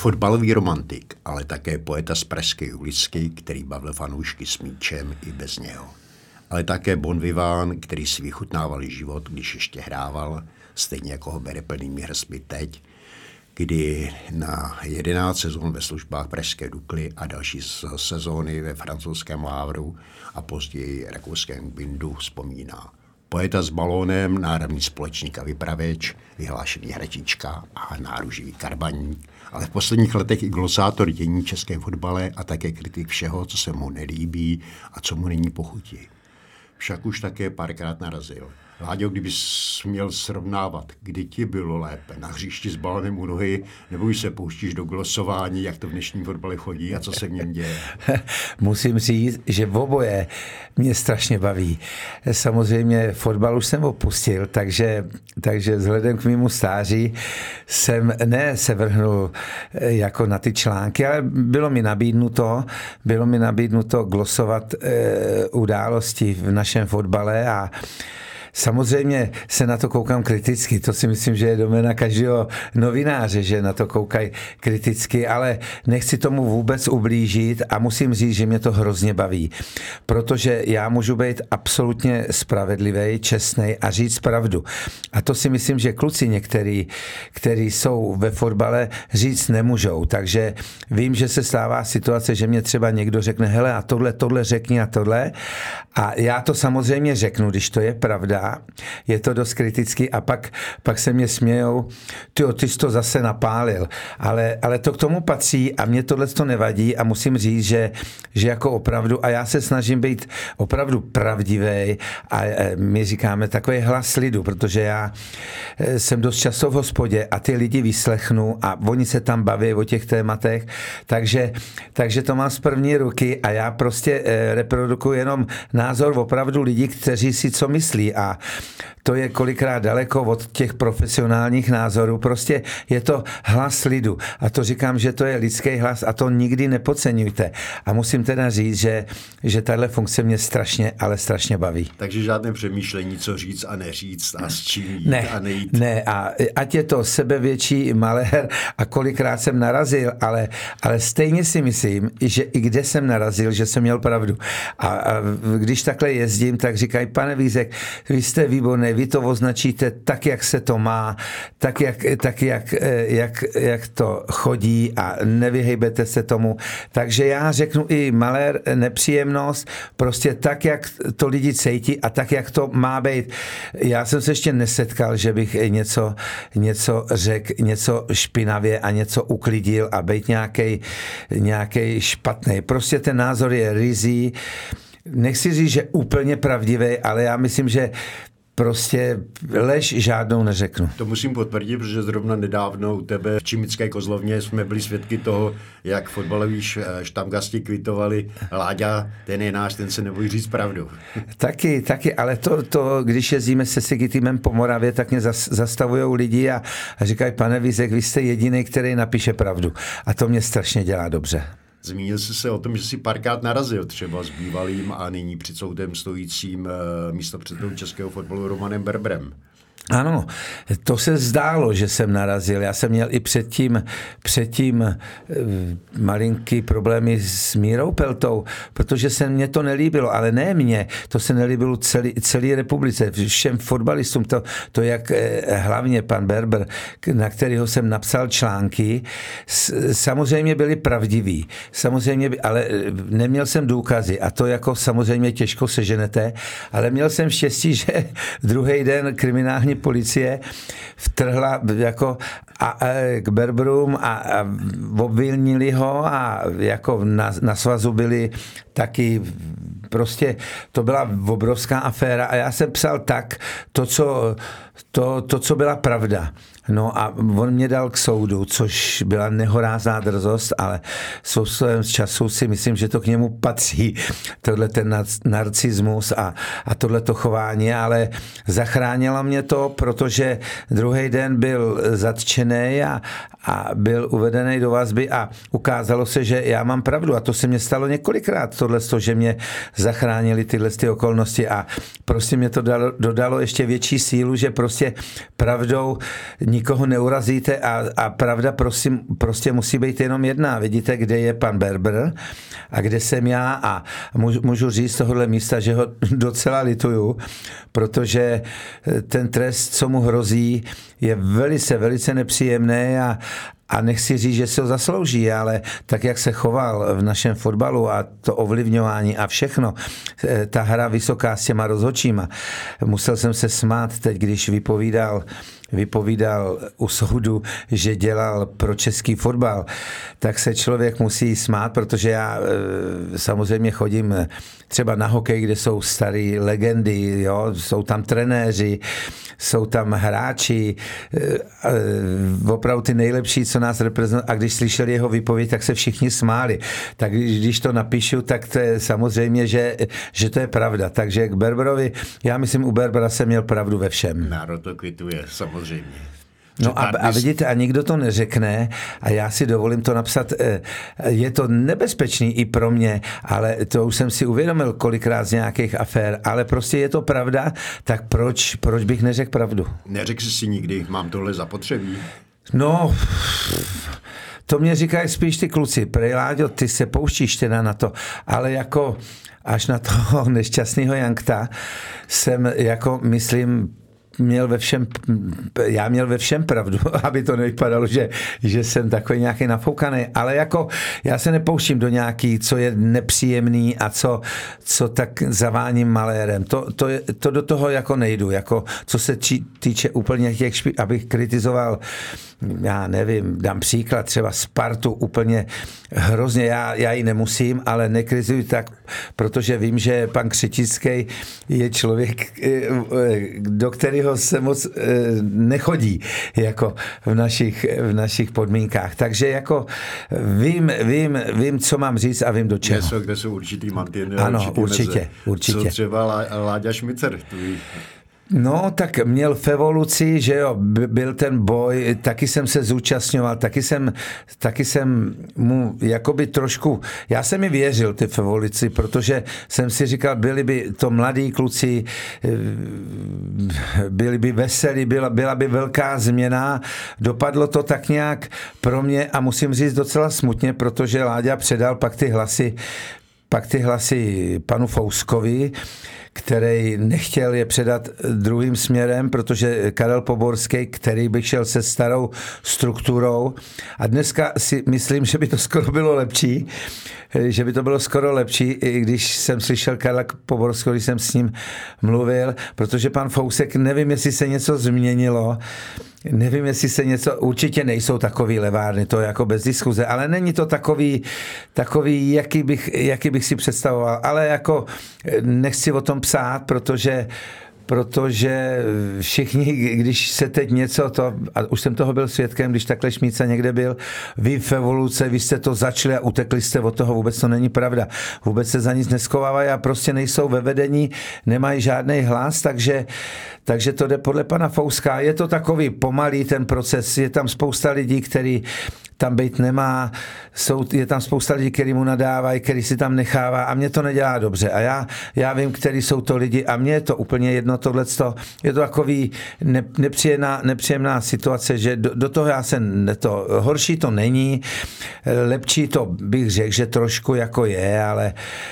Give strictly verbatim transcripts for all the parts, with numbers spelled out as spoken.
Fotbalový romantik, ale také poeta z pražské uličky, který bavil fanoušky s míčem i bez něho. Ale také bon vivant, který si vychutnával život, když ještě hrával, stejně jako ho bere plnými hrsby teď, kdy na jedenáct sezón ve službách pražské Dukly a další sezóny ve francouzském Havru a později rakouském Bindu vzpomíná. Poeta s balónem, náramný společník a vypravěč, vyhlášený hratička a náruživý karbaník, ale v posledních letech i glosátor dění českém fotbale a také kritik všeho, co se mu nelíbí a co mu není pochutí. Však už také párkrát narazil. Láďo, kdybys měl srovnávat, kdy ti bylo lépe, na hřišti s balónem u nohy, nebo už se pouštíš do glosování, jak to v dnešním fotbale chodí a co se v něm děje? Musím říct, že v oboje mě strašně baví. Samozřejmě fotbal už jsem opustil, takže, takže vzhledem k mému stáří jsem ne se vrhnul jako na ty články, ale bylo mi nabídnuto, bylo mi nabídnuto glosovat e, události v našem fotbale a samozřejmě se na to koukám kriticky, to si myslím, že je doména každého novináře, že na to koukají kriticky, ale nechci tomu vůbec ublížit a musím říct, že mě to hrozně baví, protože já můžu být absolutně spravedlivý, čestnej a říct pravdu. A to si myslím, že kluci některý, který jsou ve fotbale, říct nemůžou, takže vím, že se stává situace, že mě třeba někdo řekne, hele a tohle, tohle řekni a tohle a já to samozřejmě řeknu, když to je pravda, je to dost kritický a pak, pak se mě smějou, tyjo, ty jsi to zase napálil, ale, ale to k tomu patří a mě tohle to nevadí a musím říct, že, že jako opravdu, a já se snažím být opravdu pravdivý a my říkáme takový hlas lidu, protože já jsem dost často v hospodě a ty lidi vyslechnu a oni se tam baví o těch tématech, takže, takže to mám z první ruky a já prostě reprodukuji jenom názor opravdu lidí, kteří si co myslí a to je kolikrát daleko od těch profesionálních názorů. Prostě je to hlas lidu. A to říkám, že to je lidský hlas a to nikdy nepodceňujte. A musím teda říct, že, že tahle funkce mě strašně, ale strašně baví. Takže žádné přemýšlení, co říct a neříct a s čím jít ne, a nejít. Ne, a ať je to sebevětší malér a kolikrát jsem narazil, ale, ale stejně si myslím, že i kde jsem narazil, že jsem měl pravdu. A, a když takhle jezdím, tak říkají, pane Vízek, vy jste výborný, vy to označíte tak, jak se to má, tak, jak, tak jak, jak, jak to chodí a nevyhejbete se tomu. Takže já řeknu i malé nepříjemnost, prostě tak, jak to lidi cítí a tak, jak to má být. Já jsem se ještě nesetkal, že bych něco, něco řekl, něco špinavě a něco uklidil a být nějaký nějaký špatný. Prostě ten názor je rizí. Nechci říct, že úplně pravdivý, ale já myslím, že prostě lež žádnou neřeknu. To musím potvrdit, protože zrovna nedávno u tebe v Čimické Kozlovně jsme byli svědky toho, jak fotbaloví štamgasti kvitovali Láďa, ten je náš, ten se nebojí říct pravdu. Taky, taky, ale to, to když jezdíme se Sigitýmem po Moravě, tak mě zas, zastavujou lidi a, a říkají, pane Vízek, vy jste jediný, který napíše pravdu. A to mě strašně dělá dobře. Zmínil jsi se o tom, že jsi párkrát narazil třeba s bývalým a nyní před soudem stojícím místopředsedou českého fotbalu Romanem Berberem. Ano, to se zdálo, že jsem narazil. Já jsem měl i předtím, předtím malinký problémy s Mírou Peltou, protože se mně to nelíbilo, ale ne mně, to se nelíbilo celý, celý republice, všem fotbalistům, to, to jak hlavně pan Berber, na kterého jsem napsal články, samozřejmě byli pravdiví, samozřejmě, ale neměl jsem důkazy a to jako samozřejmě těžko seženete, ale měl jsem štěstí, že druhý den kriminální policie vtrhla jako a, a, k Berberům a, a obvinili ho a jako na, na svazu byli taky prostě to byla obrovská aféra a já jsem psal tak to, co, to, to, co byla pravda. No a on mě dal k soudu, což byla nehorázná drzost, ale sousledem z času si myslím, že to k němu patří, tohle ten narcismus a, a tohleto chování, ale zachránilo mě to, protože druhý den byl zatčený a, a byl uvedený do vazby a ukázalo se, že já mám pravdu a to se mě stalo několikrát, tohle, že mě zachránili tyhle ty okolnosti a prostě mě to dalo, dodalo ještě větší sílu, že prostě pravdou nikoho neurazíte a, a pravda prosím, prostě musí být jenom jedna. Vidíte, kde je pan Berber a kde jsem já a můžu, můžu říct z tohohle místa, že ho docela lituju, protože ten trest, co mu hrozí, je velice, velice nepříjemný a, a nechci říct, že si ho zaslouží, ale tak, jak se choval v našem fotbalu a to ovlivňování a všechno, ta hra vysoká s těma rozhodčíma, musel jsem se smát teď, když vypovídal vypovídal u soudu, že dělal pro český fotbal, tak se člověk musí smát, protože já samozřejmě chodím třeba na hokej, kde jsou starý legendy, jo? Jsou tam trenéři, jsou tam hráči, opravdu ty nejlepší, co nás reprezentují, a když slyšeli jeho výpověď, tak se všichni smáli. Tak když to napíšu, tak to je samozřejmě, že, že to je pravda. Takže k Berberovi, já myslím, u Berbera jsem měl pravdu ve všem. Národ to kvituje, samozřejmě. No a, a vidíte, a nikdo to neřekne a já si dovolím to napsat, je to nebezpečný i pro mě, ale to už jsem si uvědomil kolikrát z nějakých afér, ale prostě je to pravda, tak proč, proč bych neřekl pravdu? Neřekl jsi si nikdy, mám tohle zapotřebí? No, to mě říkají spíš ty kluci, prej Láďo, ty se pouštíš teda na to, ale jako až na toho nešťastného Jankta jsem jako, myslím, měl ve všem, já měl ve všem pravdu, aby to nevypadalo, že, že jsem takový nějaký nafoukaný, ale jako já se nepouštím do nějaký, co je nepříjemný a co, co tak zaváním malérem. To, to, je, to do toho jako nejdu, jako co se či, týče úplně těch, abych kritizoval, já nevím, dám příklad, třeba Spartu úplně hrozně, já, já ji nemusím, ale nekritizuji tak, protože vím, že pan Křetický je člověk, do kterého se moc nechodí jako v našich, v našich podmínkách. Takže jako vím, vím, vím, co mám říct a vím do čeho. Jsou, kde jsou určitý mantinely, ano, určitý určitě, meze. určitě. Co třeba Láďa Šmicer, tvůj... No, tak měl v evoluci, že jo, byl ten boj, taky jsem se zúčastňoval, taky jsem, taky jsem mu jakoby trošku, já jsem mi věřil ty v evoluci, protože jsem si říkal, byli by to mladí kluci, byli by veselí, byla, byla by velká změna, dopadlo to tak nějak pro mě a musím říct docela smutně, protože Láďa předal pak ty hlasy, pak ty hlasy panu Fouskovi, který nechtěl je předat druhým směrem, protože Karel Poborský, který by šel se starou strukturou a dneska si myslím, že by to skoro bylo lepší, že by to bylo skoro lepší, i když jsem slyšel Karla Poborského, když jsem s ním mluvil, protože pan Fousek, nevím, jestli se něco změnilo, nevím, jestli se něco, určitě nejsou takový levárny, to je jako bez diskuze, ale není to takový, takový jaký, bych, jaký bych si představoval, ale jako nechci o tom psát, protože protože všichni, když se teď něco, to, a už jsem toho byl svědkem, když takhle Šmíca někde byl, vy v evoluce, vy jste to začali a utekli jste od toho, vůbec to není pravda. Vůbec se za nic neschovávají a prostě nejsou ve vedení, nemají žádný hlas, takže, takže to jde podle pana Fouska. Je to takový pomalý ten proces, je tam spousta lidí, který tam být nemá, jsou, je tam spousta lidí, který mu nadávají, který si tam nechává a mě to nedělá dobře. A já, já vím, který jsou to lidi a mně je to úplně jedno tohleto. Je to takový ne, nepříjemná, nepříjemná situace, že do, do toho já se ne to, horší to není, lepší to bych řekl, že trošku jako je, ale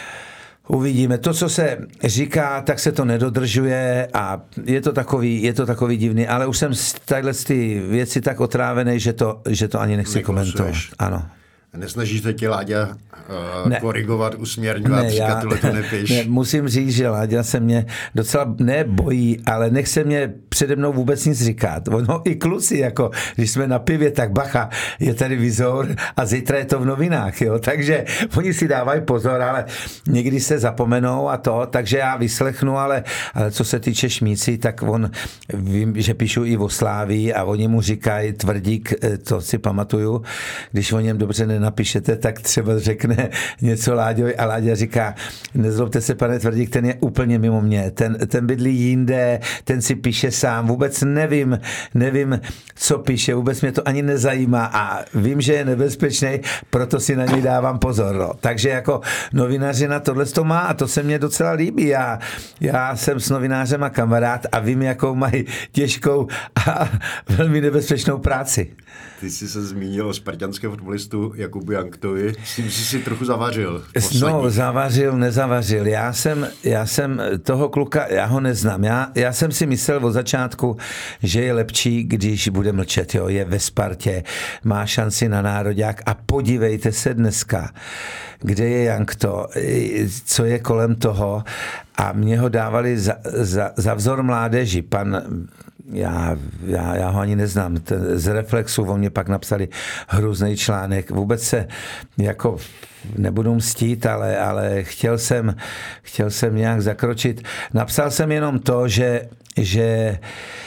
uvidíme. To, co se říká, tak se to nedodržuje a je to takový, je to takový divný, ale už jsem z tadyhle ty věci tak otrávený, že to, že to ani nechci komentovat. Ano. Nesnažíš se tě, Láďa, uh, ne. korigovat, usměrňovat, ne, říkat, tohle to nepíš? Ne, musím říct, že Láďa se mě docela nebojí, ale nechce mě přede mnou vůbec nic říkat. Ono i kluci, jako když jsme na pivě, tak bacha, je tady vizor a zítra je to v novinách, jo? Takže oni si dávají pozor, ale někdy se zapomenou a to, takže já vyslechnu, ale, ale co se týče Šmíci, tak on, vím, že píšu i o Slávii a oni mu říkají Tvrdík, to si pamatuju, když o něm dobře nenávidí, nenapíšete, tak třeba řekne něco Láďovi a Láďa říká, nezlobte se, pane Tvrdík, ten je úplně mimo mě, ten, ten bydlí jinde, ten si píše sám, vůbec nevím, nevím, co píše, vůbec mě to ani nezajímá a vím, že je nebezpečný, proto si na něj dávám pozor. No. Takže jako novinařina tohle to má a to se mně docela líbí. Já, já jsem s novinářem a kamarád a vím, jakou mají těžkou a velmi nebezpečnou práci. Ty jsi se zmínil o spartanském fotbalistu Jakubu Janktovi, s tím jsi si trochu zavařil. No, zavařil, nezavařil. Já jsem, já jsem toho kluka, já ho neznám. Já, já jsem si myslel od začátku, že je lepší, když bude mlčet. Jo. Je ve Spartě, má šanci na nároďák a podívejte se dneska, kde je Jankto, co je kolem toho a mě ho dávali za, za, za vzor mládeži. Pan Já, já, já ho ani neznám. Z Reflexu o mě pak napsali hrůzný článek. Vůbec se jako nebudu mstít, ale, ale chtěl jsem, chtěl jsem nějak zakročit. Napsal jsem jenom to, že, že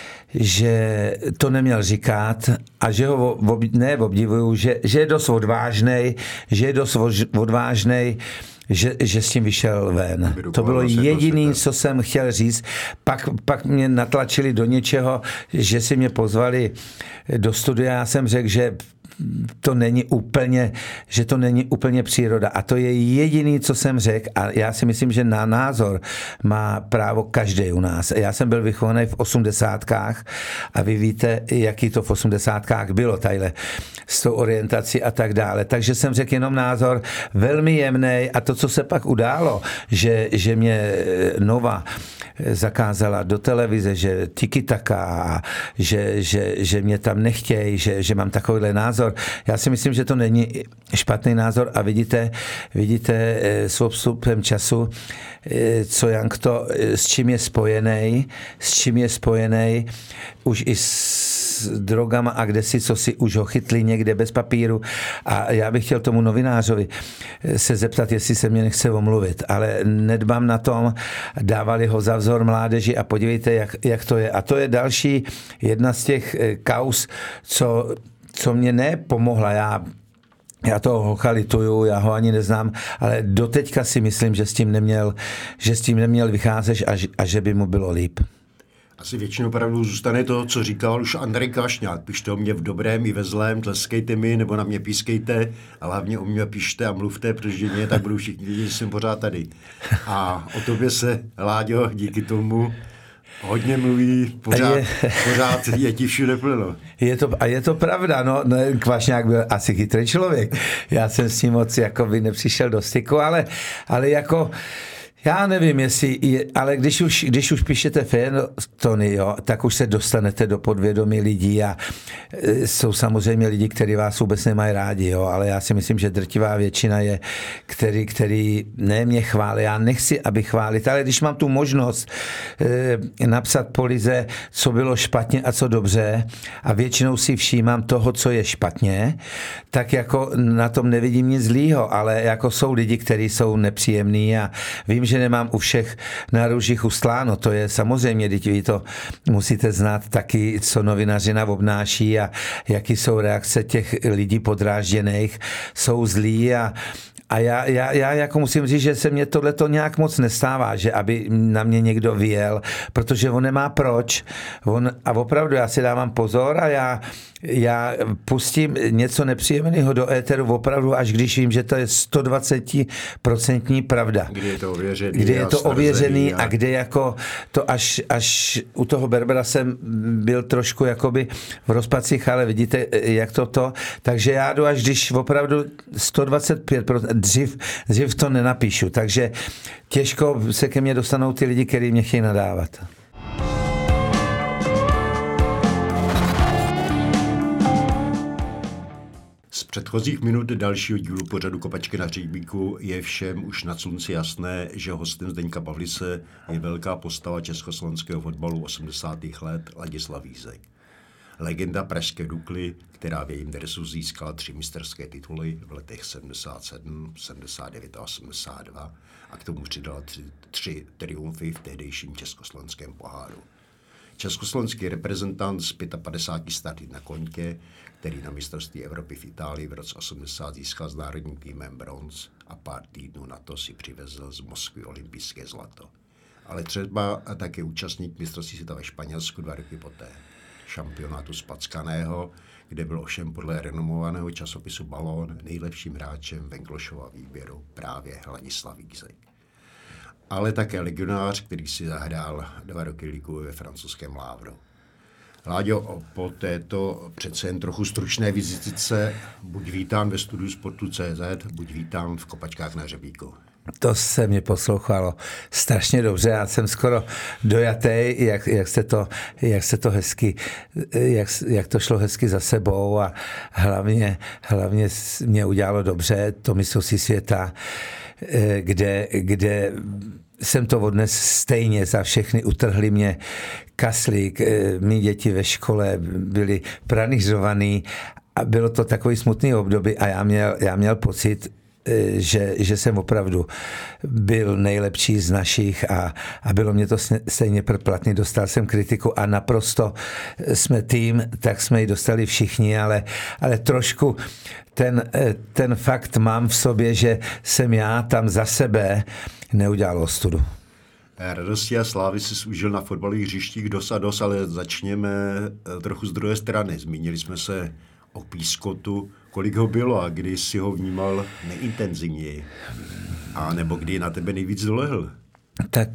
že to neměl říkat a že ho ob, ne obdivuju, že, že je dost odvážnej, že je dost odvážnej, Že, že s tím vyšel ven. To bylo jediné, co jsem chtěl říct. Pak, pak mě natlačili do něčeho, že si mě pozvali do studia. Já jsem řekl, že to není úplně, že to není úplně příroda. A to je jediný, co jsem řekl. A já si myslím, že na názor má právo každý u nás. Já jsem byl vychovaný v osmdesátkách a vy víte, jaký to v osmdesátkách bylo tadyhle s tou orientací a tak dále. Takže jsem řekl jenom názor velmi jemnej a to, co se pak událo, že, že mě Nova zakázala do televize, že tiki-taka, že, že, že mě tam nechtějí, že, že mám takovýhle názor. Já si myslím, že to není špatný názor a vidíte, vidíte s odstupem času, co Jankto, s čím je spojený, s čím je spojený, už i s drogama a kde si, co si už ho chytli někde bez papíru a já bych chtěl tomu novinářovi se zeptat, jestli se mě nechce omluvit, ale nedbám na tom, dávali ho za vzor mládeži a podívejte, jak, jak to je. A to je další jedna z těch kauz, co, co mě nepomohla. Já Já toho hocha lituju, já ho ani neznám, ale doteďka si myslím, že s tím neměl, že s tím neměl vycházet a, a že by mu bylo líp. Asi většinou opravdu zůstane to, co říkal už Andrej Kašňák. Pište o mě v dobrém i ve zlém, tleskejte mi, nebo na mě pískejte, a hlavně o mě pište a mluvte, protože mě tak budou všichni vidět, že jsem pořád tady. A o tobě se, Láďo, díky tomu hodně mluví, pořád je, pořád je ti všude plno. Je to, a je to pravda, no, no Kvašňák byl asi chytrý člověk. Já jsem s ním moc jako by nepřišel do styku, ale, ale jako já nevím, jestli, je, ale když už, když už píšete fejetony, jo, tak už se dostanete do podvědomí lidí a e, jsou samozřejmě lidi, kteří vás vůbec nemají rádi, jo, ale já si myslím, že drtivá většina je, který, který ne mě chválí, já nechci, aby chválit, ale když mám tu možnost e, napsat po lize, co bylo špatně a co dobře a většinou si všímám toho, co je špatně, tak jako na tom nevidím nic zlýho, ale jako jsou lidi, kteří jsou nepříjemní a vím, že nemám u všech na růžích ustláno. To je samozřejmě, teď vy to musíte znát taky, co novinařina obnáší a jaký jsou reakce těch lidí podrážděných. Jsou zlí a A já, já, já jako musím říct, že se mně tohleto nějak moc nestává, že aby na mě někdo vyjel, protože on nemá proč. On, a opravdu já si dávám pozor a já, já pustím něco nepříjemného do éteru opravdu, až když vím, že to je sto dvacet procent pravda. Kdy je to ověřený. Kdy je to ověřený a, a kde jako to až, až u toho Berbera jsem byl trošku jakoby v rozpacích, ale vidíte, jak to to. Takže já jdu až když opravdu sto dvacet pět procent Dřív, dřív to nenapíšu, takže těžko se ke mně dostanou ty lidi, kteří mě chtějí nadávat. Z předchozích minut dalšího dílu pořadu Kopačky na hřebíku je všem už na slunci jasné, že hostem Zdeňka Pavlise je velká postava československého fotbalu osmdesátých let Ladislav Vízek. Legenda pražské Dukly, která v jejím dresu získala tři mistrovské tituly v letech sedmdesát sedm, sedmdesát devět a osmdesát dva a k tomu přidala tři, tři triumfy v tehdejším československém poháru. Československý reprezentant z padesát pět starty na koňke, který na mistrovství Evropy v Itálii v roce osmdesát získal s národním týmem bronz a pár týdnů na to si přivezl z Moskvy olympijské zlato. Ale třeba také účastník mistrovství světa ve Španělsku dva roky poté. Šampionátu z Packaného, kde byl ovšem podle renomovaného časopisu Balón nejlepším hráčem Venklošova výběru právě Ladislav Vízek. Ale také legionář, který si zahrál dva roky ligu ve francouzském Lávru. Láďo, po této přece jen trochu stručné vizitice buď vítám ve studiu Sportu tečka cé zet, buď vítám v Kopačkách na hřebíku. To se mě poslouchalo strašně dobře, já jsem skoro dojatý, jak, jak, se to, jak se to hezky, jak, jak to šlo hezky za sebou a hlavně, hlavně mě udělalo dobře to mistrovství světa, kde, kde jsem to odnes stejně za všechny, utrhli mě kaslík, mý děti ve škole byli pranýřovaný a bylo to takový smutný období a já měl, já měl pocit, Že, že jsem opravdu byl nejlepší z našich a, a bylo mě to stejně proplatný. Dostal jsem kritiku a naprosto jsme tým, tak jsme ji dostali všichni, ale, ale trošku ten, ten fakt mám v sobě, že jsem já tam za sebe neudělal ostudu. Radosti a slávy si užil na fotbalových hřištích dos a dos, ale začněme trochu z druhé strany. Zmínili jsme se o Pískotu, kolik ho bylo a kdy si ho vnímal nejintenzivněji? A nebo kdy na tebe nejvíc dolehl? Tak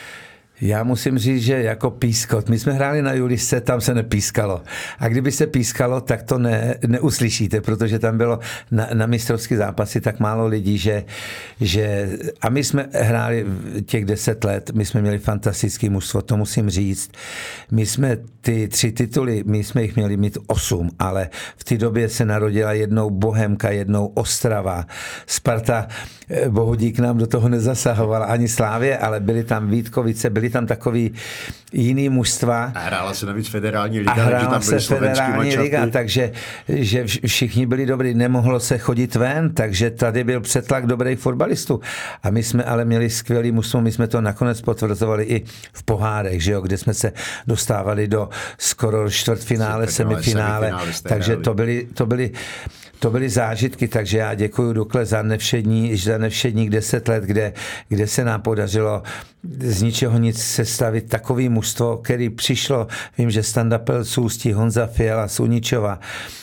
já musím říct, že jako Pískot, my jsme hráli na Julisce, tam se nepískalo. A kdyby se pískalo, tak to ne, neuslyšíte, protože tam bylo na, na mistrovský zápasy tak málo lidí, že, že a my jsme hráli těch deset let, my jsme měli fantastický mužstvo, to musím říct. My jsme ty tři tituly, my jsme jich měli mít osm, ale v té době se narodila jednou Bohemka, jednou Ostrava. Sparta, bohudík nám do toho nezasahovala, ani Slávě, ale byli tam Vítkovice, byli tam takový jiný mužstva. A hrála se navíc federální liga, a hrála se federální liga, takže že všichni byli dobrý, nemohlo se chodit ven, takže tady byl přetlak dobrých fotbalistů. A my jsme ale měli skvělý mužstvo, my jsme to nakonec potvrzovali i v pohárech, že jo, kde jsme se dostávali do skoro čtvrtfinále, semifinále, takže to byly, to byly To byly zážitky, takže já děkuji Dukle za nevšední, za nevšedních deset let, kde, kde se nám podařilo z ničeho nic sestavit takový mužstvo, který přišlo, vím, že Standa Pelcůstí, Honza Fiala, Suničova,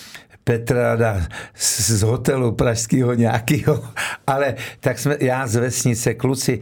Petrada z, z hotelu pražského nějakého, ale tak jsme, já z vesnice, kluci,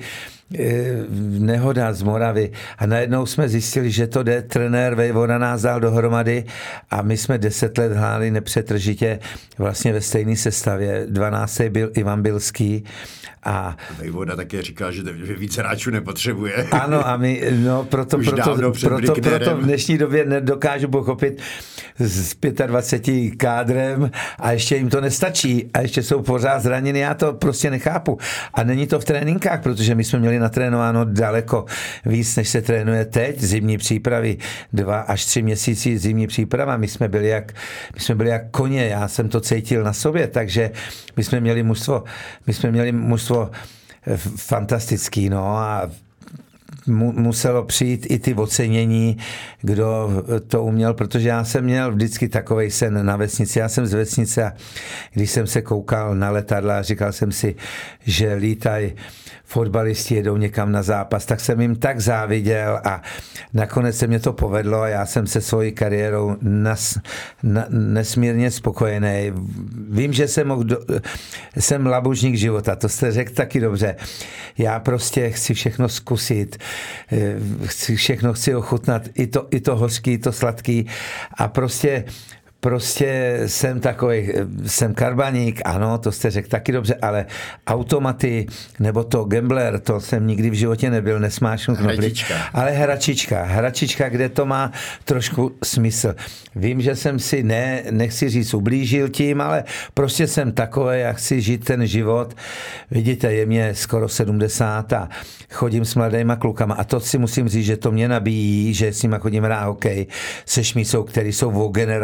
nehoda z Moravy a najednou jsme zjistili, že to jde, trenér Vejvoda nás dal dohromady a my jsme deset let hráli nepřetržitě vlastně ve stejné sestavě. dvanáctý byl Ivan Bilský a Vejvoda také říká, že víc hráčů nepotřebuje. Ano a my, no proto, proto, proto, proto v dnešní době nedokážu pochopit s dvaceti pěti kádrem a ještě jim to nestačí a ještě jsou pořád zraněni, já to prostě nechápu. A není to v tréninkách, protože my jsme měli natrénováno daleko víc, než se trénuje teď. Zimní přípravy, dva až tři měsíci zimní příprava. My jsme byli jak, my jsme byli jak koně, já jsem to cítil na sobě, takže my jsme měli mužstvo, my jsme měli mužstvo fantastický, no a mu, muselo přijít i ty ocenění, kdo to uměl, protože já jsem měl vždycky takovej sen na vesnici. Já jsem z vesnice a když jsem se koukal na letadla, říkal jsem si, že lítají fotbalisti, jedou někam na zápas, tak jsem jim tak záviděl a nakonec se mě to povedlo a já jsem se svojí kariérou nas, na, nesmírně spokojený. Vím, že jsem, mohl do, jsem labužník života, to jste řekl taky dobře. Já prostě chci všechno zkusit, chci všechno chci ochutnat, i to, i to hořký, i to sladký a prostě Prostě jsem takový, jsem karbaník, ano, to jste řekl taky dobře, ale automaty, nebo to gambler, to jsem nikdy v životě nebyl, nesmášnu knoflík. Ale hračička, hračička, kde to má trošku smysl. Vím, že jsem si, ne, nechci říct, ublížil tím, ale prostě jsem takový, já chci žít ten život. Vidíte, je mě skoro sedmdesát a chodím s mladýma klukama a to si musím říct, že to mě nabíjí, že s nima chodím hrát hokej se Šmícou, který jsou o generaci dole.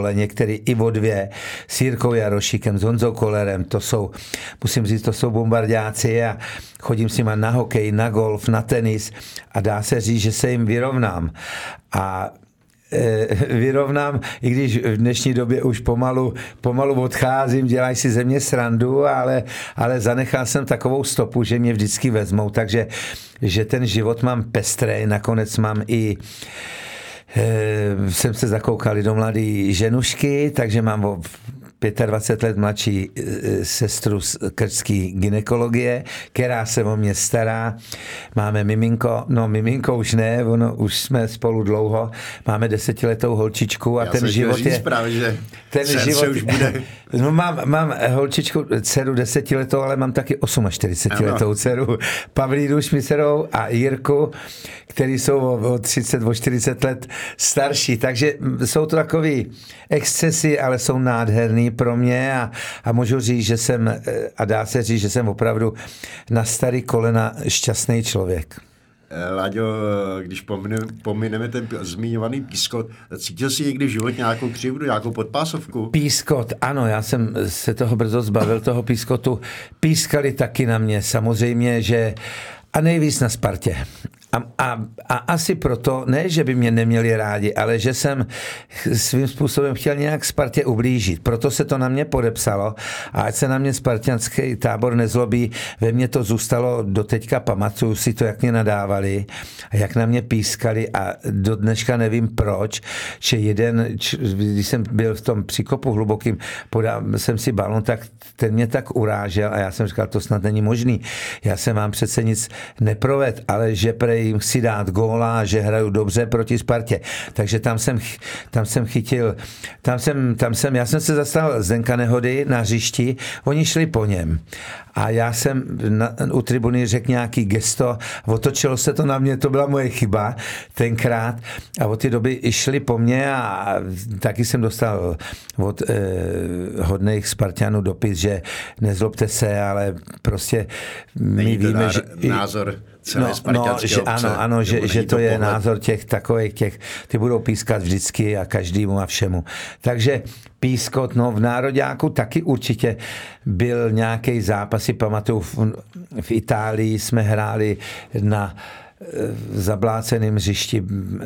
ale některý i o dvě, s Jirkou Jarošíkem, s Honzou Kolerem, to jsou, musím říct, to jsou bombardáci a chodím s nima na hokej, na golf, na tenis a dá se říct, že se jim vyrovnám. A vyrovnám, i když v dnešní době už pomalu, pomalu odcházím, dělají si ze mě srandu, ale, ale zanechal jsem takovou stopu, že mě vždycky vezmou, takže že ten život mám pestrej, nakonec mám i jsem se zakoukal do mladé ženušky, takže mám o dvacet pět let mladší sestru z krčský gynekologie, která se o mě stará. Máme miminko, no miminko už ne, ono, už jsme spolu dlouho, máme desetiletou holčičku a Já ten život je... Právě, že ten život už bude. No mám, mám holčičku, dceru desetiletou, ale mám taky čtyřicetiletou dceru Pavlínu Šmicerovou a Jirku, který jsou o třicet, o čtyřicet let starší, takže jsou to takový excesy, ale jsou nádherný pro mě a, a můžu říct, že jsem, a dá se říct, že jsem opravdu na starý kolena šťastný člověk. Láďo, když pomineme, pomineme ten zmiňovaný pískot, cítil jsi někdy v životě nějakou křivdu, nějakou podpásovku? Pískot, ano, já jsem se toho brzo zbavil, toho pískotu. Pískali taky na mě, samozřejmě, že a nejvíc na Spartě. A, a, a asi proto, ne, že by mě neměli rádi, ale že jsem svým způsobem chtěl nějak Spartě ublížit. Proto se to na mě podepsalo a ať se na mě spartianský tábor nezlobí, ve mně to zůstalo doteďka, pamatuju si to, jak mě nadávali a jak na mě pískali a do dneška nevím proč, že jeden, když jsem byl v tom příkopu hlubokým, podal jsem si balon, tak ten mě tak urážel a já jsem říkal, to snad není možný. Já jsem vám přece nic neproved, ale že prej jim chci dát góla, že hraju dobře proti Spartě. Takže tam jsem, tam jsem chytil, tam jsem, tam jsem, já jsem se zastal Zdenka Nehody na hřišti, oni šli po něm. A já jsem na, u tribuny řekl nějaký gesto, otočilo se to na mě, to byla moje chyba tenkrát a od té doby šli po mně a taky jsem dostal od eh, hodných Spartanů dopis, že nezlobte se, ale prostě my víme, nár, že... názor celé no, spartianské no, že, obce. Ano, ano, že, že to, to je pohled. názor těch takových, těch, ty budou pískat vždycky a každému a všemu. Takže pískot, no v nároďáku taky určitě byl nějaký zápas, si pamatuju, v, v Itálii jsme hráli na zabláceném hřišti,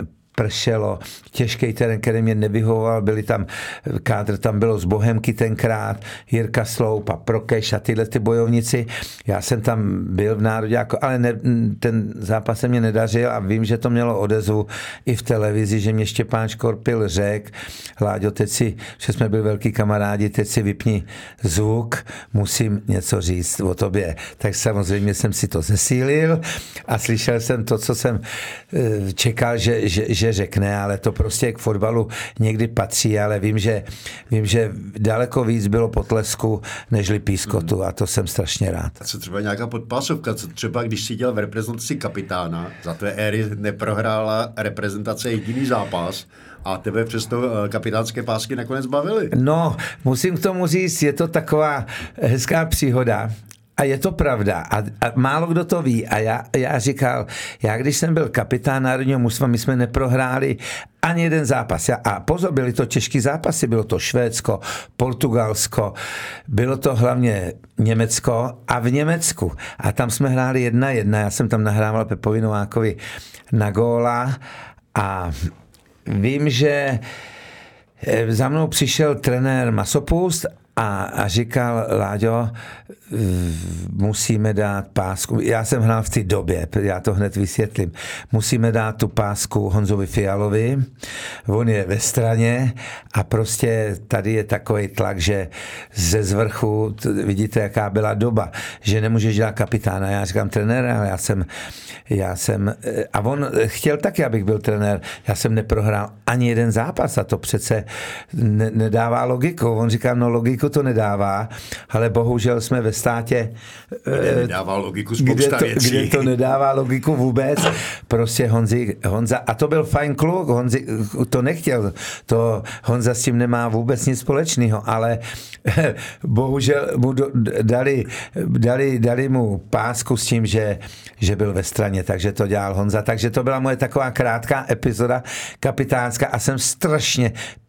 pršelo, těžký terén, který mě nevyhovoval, byli tam, kádr tam bylo z Bohemky tenkrát, Jirka Sloup a Prokeš a tyhle ty bojovníci. Já jsem tam byl v nároďáku, ale ne, ten zápas se mě nedařil a vím, že to mělo odezvu i v televizi, že mě Štěpán Škorpil řekl, Láďo, teď si, že jsme byli velký kamarádi, teď si vypni zvuk, musím něco říct o tobě. Tak samozřejmě jsem si to zesílil a slyšel jsem to, co jsem čekal, že, že, že řekne, ale to prostě k fotbalu někdy patří, ale vím, že, vím, že daleko víc bylo potlesku, nežli pískotu a to jsem strašně rád. A co třeba nějaká podpásovka, co třeba když si dělal v reprezentaci kapitána, za tvé éry neprohrála reprezentace jediný zápas a tebe přesto kapitánské pásky nakonec bavily. No, musím k tomu říct, je to taková hezká příhoda. A je to pravda. A, a málo kdo to ví. A já, já říkal, já když jsem byl kapitán národního mužstva, my jsme neprohráli ani jeden zápas. A pozor, byly to těžký zápasy. Bylo to Švédsko, Portugalsko, bylo to hlavně Německo a v Německu. A tam jsme hráli jedna jedna. Já jsem tam nahrával Pepovi Novákovi na góla a vím, že za mnou přišel trenér Masopust A, a říkal, Láďo, musíme dát pásku. Já jsem hrál v té době, já to hned vysvětlím. Musíme dát tu pásku Honzovi Fialovi, on je ve straně a prostě tady je takový tlak, že ze zvrchu, vidíte, jaká byla doba, že nemůžeš dělat kapitána. Já říkám, trenér, ale já jsem, já jsem, a on chtěl taky, abych byl trenér. Já jsem neprohrál ani jeden zápas a to přece ne, nedává logiku. On říká, no logiku to nedává, ale bohužel jsme ve státě, kde nedává logiku kde spousta to, věcí. kde to nedává logiku vůbec. Prostě Honzi, Honza, a to byl fajn kluk, Honzi to nechtěl, to Honza s tím nemá vůbec nic společného, ale bohužel mu dali, dali, dali mu pásku s tím, že, že byl ve straně, takže to dělal Honza. Takže to byla moje taková krátká epizoda kapitánská a jsem strašně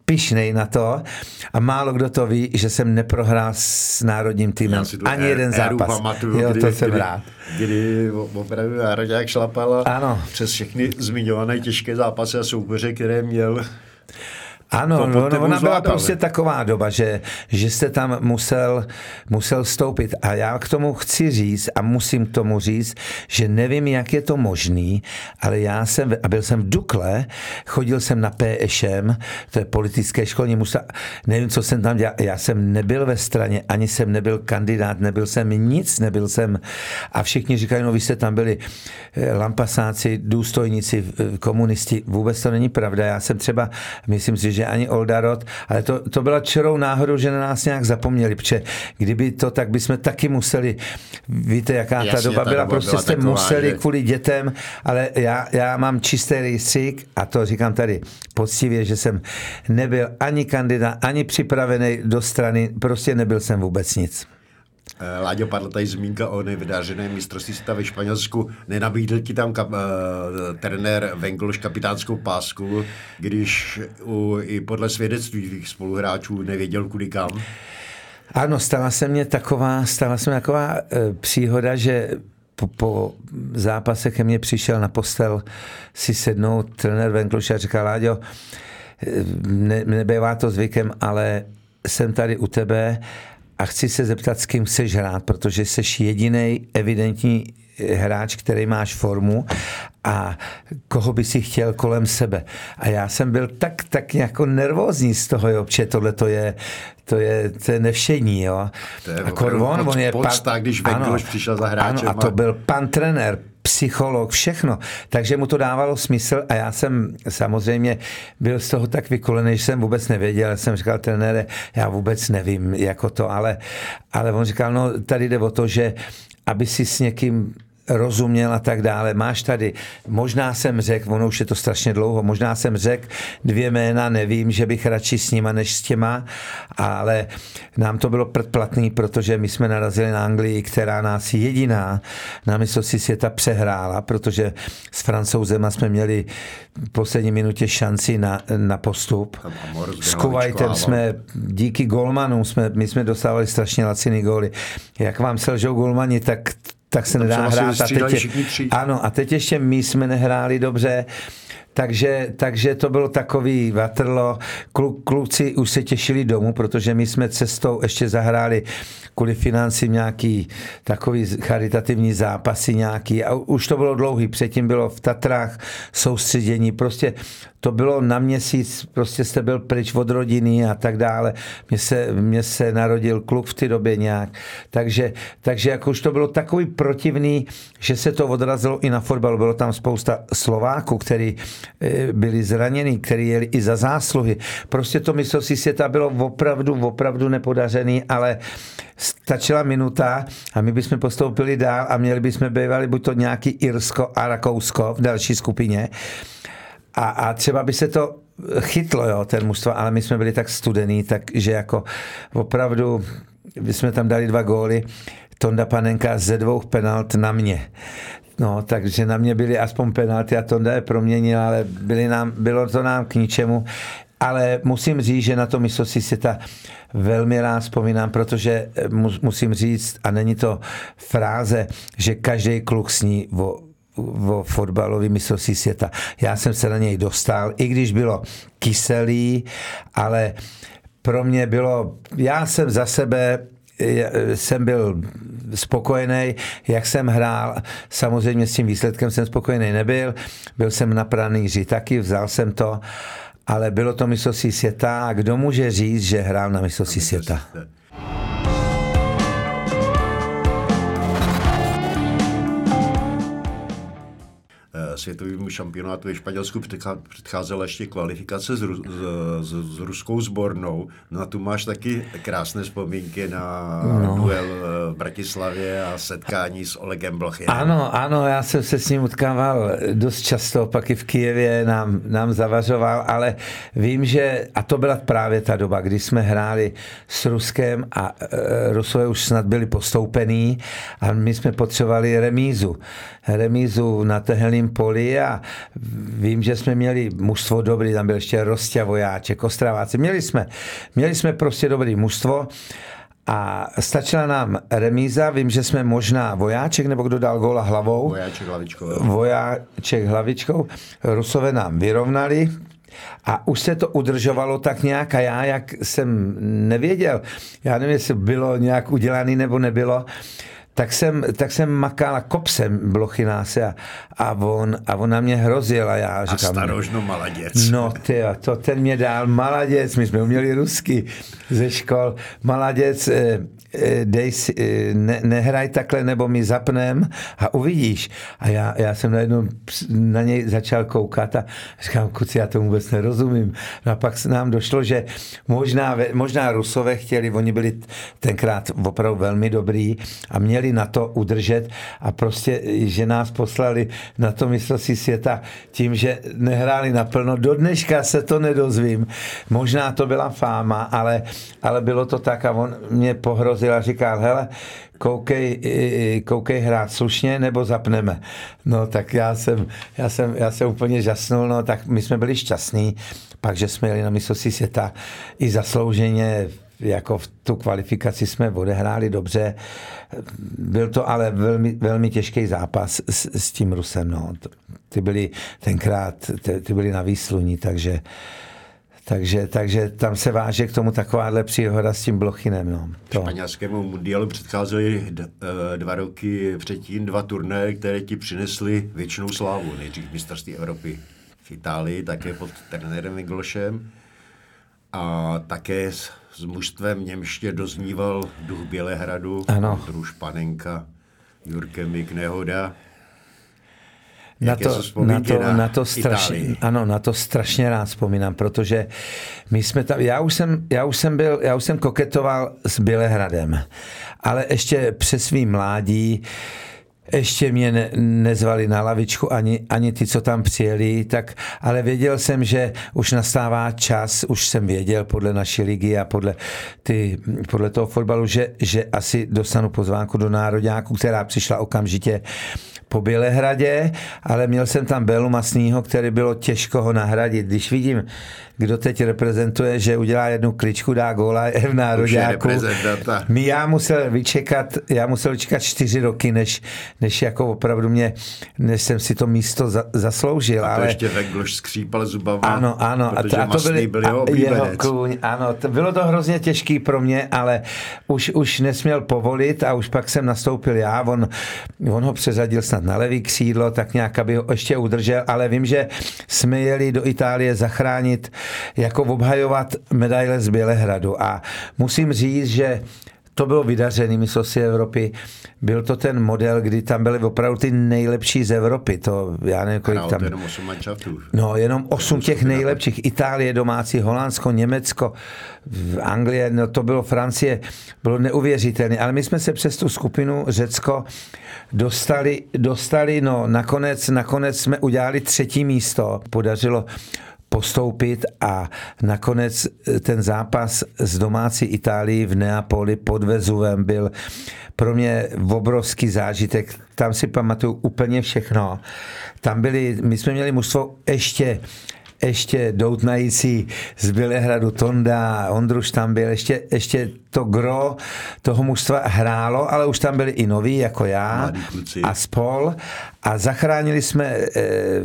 pyšnej na to a málo kdo to ví, že jsem neprohrál s národním týmem ani er, jeden zápas. Pamatuju, jo, kdy, to jsem kdy, rád. Kdy opravdu národák šlapal ano. přes všechny zmiňované těžké zápasy a soupeře, které měl. Ano, no, no, ona byla prostě taková doba, že, že jste tam musel, musel vstoupit. A já k tomu chci říct a musím k tomu říct, že nevím, jak je to možný, ale já jsem, a byl jsem v Dukle, chodil jsem na P Š M, to je politické školní, musel, nevím, co jsem tam dělal, já jsem nebyl ve straně, ani jsem nebyl kandidát, nebyl jsem nic, nebyl jsem, a všichni říkají, no vy jste tam byli lampasáci, důstojníci, komunisti, vůbec to není pravda, já jsem třeba, myslím si, že ani Olda Rod, ale to, to byla čirou náhodou, že na nás nějak zapomněli, protože kdyby to, tak bychom taky museli, víte, jaká Jasně, ta doba ta byla, doba prostě byla jste taková, museli že... kvůli dětem, ale já, já mám čistý rejstřík a to říkám tady poctivě, že jsem nebyl ani kandidát, ani připravený do strany, prostě nebyl jsem vůbec nic. Láďo, padla tady zmínka o nevydařeném mistrovství světa ve Španělsku. Nenabídl ti tam kap, uh, trenér Vengloš kapitánskou pásku, když uh, i podle svědectví svých spoluhráčů nevěděl kudy kam? Ano, stala se mně taková, stala se mně taková uh, příhoda, že po, po zápase ke mně přišel na postel si sednout trenér Vengloš a říkal, Láďo, ne, nebývá to zvykem, ale jsem tady u tebe a chci se zeptat, s kým chceš hrát, protože jsi jedinej evidentní hráč, který máš formu a koho by si chtěl kolem sebe. A já jsem byl tak, tak jako nervózní z toho, jo, protože tohle to je, to je, to je nevšední, jo. To je a Korvon, pod, on je podsta, pan, když Vengloš přišel za hráčem. Ano, a to byl pan trenér, psycholog, všechno. Takže mu to dávalo smysl a já jsem samozřejmě byl z toho tak vykolený, že jsem vůbec nevěděl. Já jsem říkal, trenére, já vůbec nevím, jako to, ale, ale on říkal, no tady jde o to, že aby si s někým rozuměl a tak dále. Máš tady, možná jsem řekl, ono už je to strašně dlouho, možná jsem řekl dvě jména, nevím, že bych radši s nima než s těma, ale nám to bylo předplatný, protože my jsme narazili na Anglii, která nás jediná na mistrovství světa přehrála, protože s Francouzema jsme měli v poslední minutě šanci na, na postup. S Kuwaitem jsme, díky golmanům, jsme, my jsme dostávali strašně laciný góly. Jak vám selžou golmani, tak tak se nedá hrát. A teď, je, ano, a teď ještě my jsme nehráli dobře, takže, takže to bylo takový vatrlo. Klu, kluci už se těšili domů, protože my jsme cestou ještě zahráli kvůli financím nějaký takový charitativní zápasy nějaký a už to bylo dlouhý. Předtím bylo v Tatrách soustředění, prostě to bylo na měsíc, prostě jste byl pryč od rodiny a tak dále. Mně se, mně se narodil kluk v té době nějak. Takže, takže jako už to bylo takový protivný, že se to odrazilo i na fotbalu. Bylo tam spousta Slováků, kteří byli zranění, kteří jeli i za zásluhy. Prostě to mistrovství světa bylo opravdu, opravdu nepodařený, ale stačila minuta a my bychom postoupili dál a měli bychom bývali buď to nějaký Irsko a Rakousko v další skupině. A, a třeba by se to chytlo, jo, ten mužstvo, ale my jsme byli tak studený, takže jako opravdu jsme tam dali dva góly. Tonda Panenka ze dvou penalt na mě. No, takže na mě byly aspoň penalty a Tonda je proměnil, ale byly nám, bylo to nám k ničemu. Ale musím říct, že na to mistrovství světa velmi rád vzpomínám, protože musím říct, a není to fráze, že každý kluk sní o, o fotbalový mistrovství světa. Já jsem se na něj dostal, i když bylo kyselý, ale pro mě bylo, já jsem za sebe jsem byl spokojený, jak jsem hrál, samozřejmě s tím výsledkem jsem spokojený nebyl, byl jsem na pranýři taky, vzal jsem to, ale bylo to mistrovství světa a kdo může říct, že hrál na mistrovství světa? Světovému šampionátu ve Španělsku předcházela ještě kvalifikace s, s, s ruskou sbornou. No a tu máš taky krásné vzpomínky na no. duel v Bratislavě a setkání s Olegem Blochinem. Ano, ano, já jsem se s ním utkával dost často, pak i v Kyjevě nám, nám zavařoval, ale vím, že, a to byla právě ta doba, kdy jsme hráli s Ruskem a e, Rusové už snad byli postoupený a my jsme potřebovali remízu. Remízu na tehelném poli školy a vím, že jsme měli mužstvo dobrý, tam byl ještě Rostia Vojáček, Ostraváci. Měli jsme, měli jsme prostě dobrý mužstvo a stačila nám remíza, vím, že jsme možná Vojáček, nebo kdo dal góla hlavou. Vojáček hlavičkou. Vojáček hlavičkou. Rusové nám vyrovnali. A už se to udržovalo tak nějak a já, jak jsem nevěděl, já nevím, jestli bylo nějak udělané nebo nebylo, tak jsem, tak jsem makal a kopsem Blochynáse a, a, on, a on na mě hrozil a já říkám... A starožno maladěc. No tyjo, to ten mě dal maladěc, my jsme uměli rusky ze škol, maladěc, eh, dej si, eh, ne, nehraj takhle, nebo mi zapnem a uvidíš. A já, já jsem najednou na něj začal koukat a říkám, kuci, já to vůbec nerozumím. No a pak se nám došlo, že možná, možná Rusové chtěli, oni byli tenkrát opravdu velmi dobrý a měli na to udržet a prostě, že nás poslali na to mistrovství světa tím, že nehráli naplno. Do dneška se to nedozvím. Možná to byla fáma, ale, ale bylo to tak a on mě pohrozil a říkal, hele, koukej, koukej hrát slušně, nebo zapneme. No tak já jsem, já jsem, já jsem úplně žasnul, no tak my jsme byli šťastní, pak, že jsme jeli na mistrovství světa i zaslouženě, jako v tu kvalifikaci jsme odehráli dobře. Byl to ale velmi, velmi těžký zápas s, s tím Rusem. No. Ty byli tenkrát, ty, ty byli na výsluní, takže, takže, takže tam se váže k tomu takováhle příhoda s tím Blochynem. No. To. Španělskému mundialu předcházely dva roky předtím dva turné, které ti přinesly většinou slávu. Nejdřív mistrovství Evropy v Itálii, také pod trenérem Miglošem. A také s, s mužstvem němště dozníval duch Bělehradu, Druž Panenka, Jurke Mik Nehoda. Na to, na, to, na, na, to strašně, ano, na to strašně rád vzpomínám, protože my jsme tam, já už jsem, já už jsem byl, já už jsem koketoval s Bělehradem, ale ještě přes svým mládí ještě mě ne, nezvali na lavičku, ani, ani ty, co tam přijeli, tak, ale věděl jsem, že už nastává čas, už jsem věděl podle naší ligy a podle, ty, podle toho fotbalu, že, že asi dostanu pozvánku do nároďáku, která přišla okamžitě po Bělehradě, ale měl jsem tam Bélu Masnýho, který bylo těžko ho nahradit. Když vidím, kdo teď reprezentuje, že udělá jednu kličku, dá góla v nároďáku. My já musel vyčekat, já musel vyčekat čtyři roky, než, než jako opravdu mě, než jsem si to místo za, zasloužil. A to ale ještě Vengloš skřípal zubama, ano, ano, protože a to, a to byly, byl jeho oblíbenec. Kůň, ano, to, bylo to hrozně těžký pro mě, ale už, už nesměl povolit a už pak jsem nastoupil já, on, on ho přeřadil snad na levý křídlo, tak nějak, aby ho ještě udržel, ale vím, že jsme jeli do Itálie zachránit, jako obhajovat medaile z Bělehradu a musím říct, že to bylo vydařený mistrovství Evropy. Byl to ten model, kdy tam byly opravdu ty nejlepší z Evropy. To, já nevím, kolik tam... jenom osm manšaftů. No, jenom osm těch nejlepších. Itálie domácí, Holandsko, Německo, Anglie, no to bylo Francie. Bylo neuvěřitelné. Ale my jsme se přes tu skupinu Řecko dostali, dostali no nakonec, nakonec jsme udělali třetí místo. Podařilo postoupit a nakonec ten zápas s domácí Itálií v Neapoli pod Vezuvem byl pro mě obrovský zážitek. Tam si pamatuju úplně všechno. Tam byli, my jsme měli mužstvo ještě ještě doutnající z Bělehradu, Tonda, Ondruš tam byl, ještě, ještě to gro toho mužstva hrálo, ale už tam byli i noví, jako já a spol a zachránili jsme eh,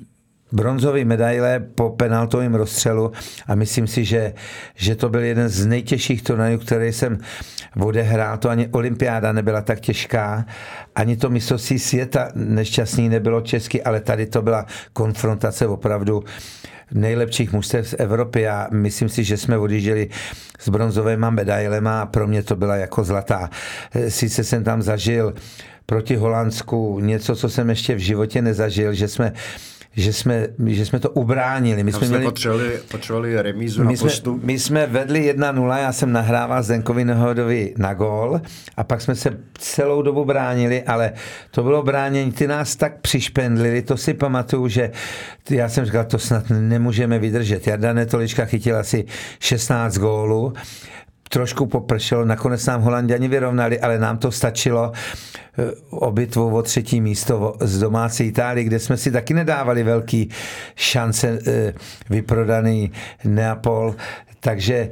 bronzové medaile po penaltovém rozstřelu a myslím si, že, že to byl jeden z nejtěžších turnajů, který jsem odehrál. To ani olympiáda nebyla tak těžká, ani to mistrovství světa nešťastný nebylo český, ale tady to byla konfrontace opravdu nejlepších mužstev z Evropy a myslím si, že jsme odjížděli s bronzovými medailema a pro mě to byla jako zlatá. Sice jsem tam zažil proti Holandsku něco, co jsem ještě v životě nezažil, že jsme Že jsme, že jsme to ubránili. My jsme, jsme měli, potřebovali, potřebovali remízu na postup. Jsme, my jsme vedli jedna nula, já jsem nahrával Zdenkovi Nehodovi na gól a pak jsme se celou dobu bránili, ale to bylo bránění, ty nás tak přišpendlili, to si pamatuju, že já jsem říkal, to snad nemůžeme vydržet. Jarda Netolička chytil asi šestnáct gólů, trošku popršelo, nakonec nám Holanďani vyrovnali, ale nám to stačilo o bitvu o třetí místo z domácí Itálie, kde jsme si taky nedávali velký šance, vyprodaný Neapol, takže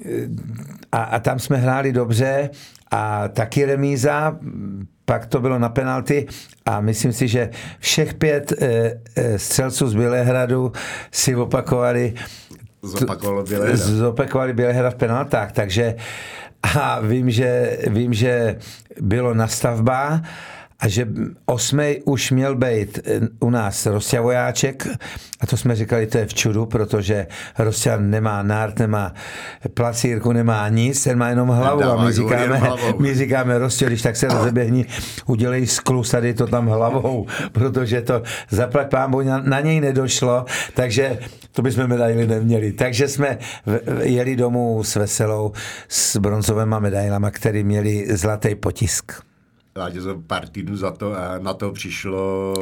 a, a tam jsme hráli dobře a taky remíza, pak to bylo na penalty a myslím si, že všech pět střelců z Bělehradu si opakovali Zopakovali Bělehrad. Zopakovali Bělehrad v penaltách, takže a vím, že, vím, že bylo nastavba a že osmej už měl být u nás Rostia Vojáček a to jsme říkali, to je v čudu, protože Rostia nemá nárt, nemá placírku, nemá nic, ten má jenom hlavu a my říkáme, my říkáme Rostio, když tak se rozeběhni, udělej sklus tady to tam hlavou, protože to zaplať pánbou na, na něj nedošlo, takže to bychom medaily neměli. Takže jsme jeli domů s Veselou s bronzovými medailama, které měli zlatý potisk. Láďo, za pár týdnů za to a na to přišlo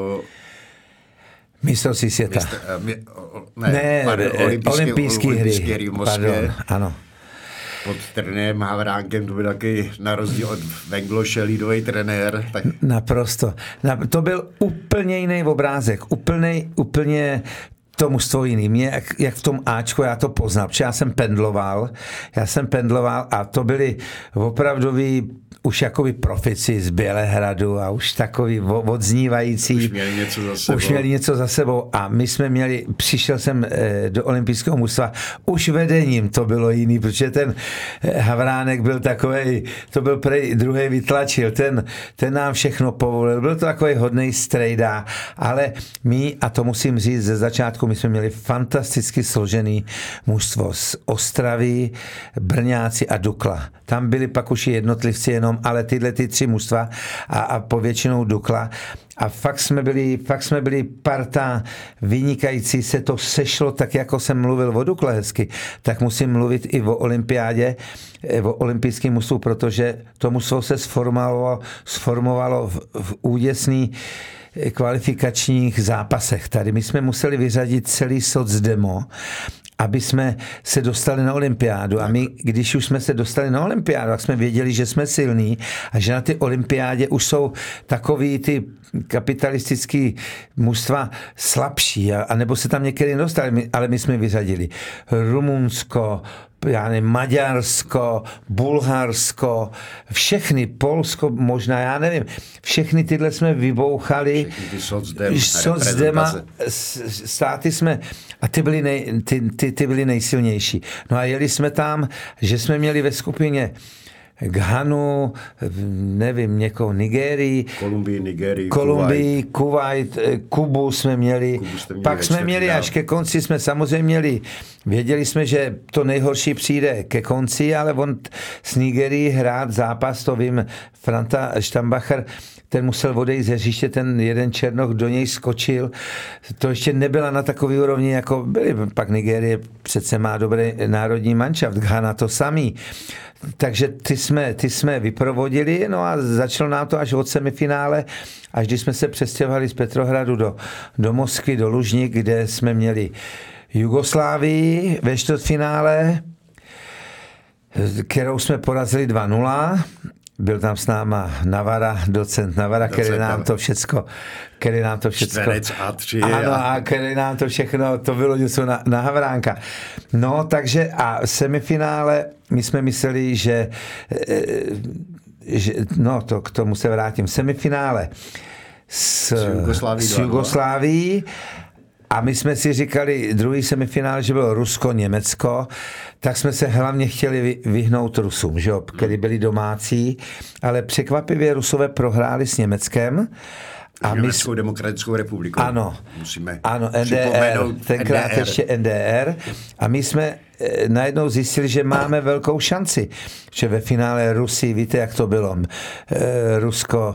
mistrovství světa. Mistr, ne, ne pardon, olympijské, olympijské hry. Olympijské hry v Moskvě. Pardon, ano. Pod trenérem Havránkem, to byl taky na rozdíl od Vengloše lídový trenér. Tak... Naprosto. To byl úplně jiný obrázek. Úplně, úplně to mužstvo jiný. Mě, jak, jak v tom Ačku, já to poznal, protože já jsem pendloval, já jsem pendloval a to byli opravdoví už jakoby profici z Bělehradu a už takový odznívající. Už měli něco za sebou. Už měli něco za sebou a my jsme měli, přišel jsem do olympijského mužstva, už vedením to bylo jiný, protože ten Havránek byl takovej, to byl prej druhý vytlačil, ten, ten nám všechno povolil, byl to takový hodnej strejda, ale my, a to musím říct ze začátku, my jsme měli fantasticky složený mužstvo z Ostravy, Brňáci a Dukla. Tam byli pak už jednotlivci jenom, ale tyhle ty tři mužstva a, a povětšinou Dukla. A fakt jsme byli, fakt jsme byli parta vynikající, se to sešlo tak, jako jsem mluvil o Dukle hezky, tak musím mluvit i o olympiádě, o olympijském mužstvu, protože to mužstvo se sformovalo, sformovalo v, v úděsný kvalifikačních zápasech. Tady my jsme museli vyřadit celý socdemo, aby jsme se dostali na olympiádu. A my, když už jsme se dostali na olympiádu, tak jsme věděli, že jsme silní a že na ty olympiádě už jsou takový ty kapitalistický mužstva slabší, a, a nebo se tam některý dostali, ale my jsme vyřadili Rumunsko, já nevím, Maďarsko, Bulharsko, všechny, Polsko možná, já nevím, všechny tyhle jsme vybouchali. Všechny ty socdem, socdema, státy jsme, a ty byly, nej, ty, ty, ty byly nejsilnější. No a jeli jsme tam, že jsme měli ve skupině Ghanu, nevím, někoho Nigérii, Kolumbii, Nigérii, Kolumbii, Kuwait, Kubu jsme měli, Kubu měli pak jsme měli až ke konci, jsme samozřejmě měli, věděli jsme, že to nejhorší přijde ke konci, ale on s Nigérií hrát zápas, to vím, Franta Štambacher, ten musel odejít ze hřiště, ten jeden Černoch do něj skočil. To ještě nebyla na takový úrovni, jako byly. Pak Nigérie přece má dobrý národní manšaft, Ghana to samý. Takže ty jsme, ty jsme vyprovodili, no a začalo nám to až od semifinále, až když jsme se přestěhovali z Petrohradu do, do Moskvy, do Lužnik, kde jsme měli Jugoslávii ve čtvrtfinále, kterou jsme porazili dva nula. Byl tam s náma Navara, docent Navara, docent který nám to všecko, který nám to všecko... Čtverec A tři. Ano, a který nám to všechno, to bylo něco na, na Havránka. No, takže a semifinále, my jsme mysleli, že, že no, to k tomu se vrátím. Semifinále s, s Jugoslávií, a my jsme si říkali, druhý semifinále, že bylo Rusko, Německo, tak jsme se hlavně chtěli vyhnout Rusům, že jo, který byli domácí, ale překvapivě Rusové prohráli s Německem. A Německou my... demokratickou republikou. Ano, musíme ano, N D R, tenkrát N D R. ještě N D R. A my jsme e, najednou zjistili, že máme velkou šanci, že ve finále Rusy, víte, jak to bylo, e, Rusko,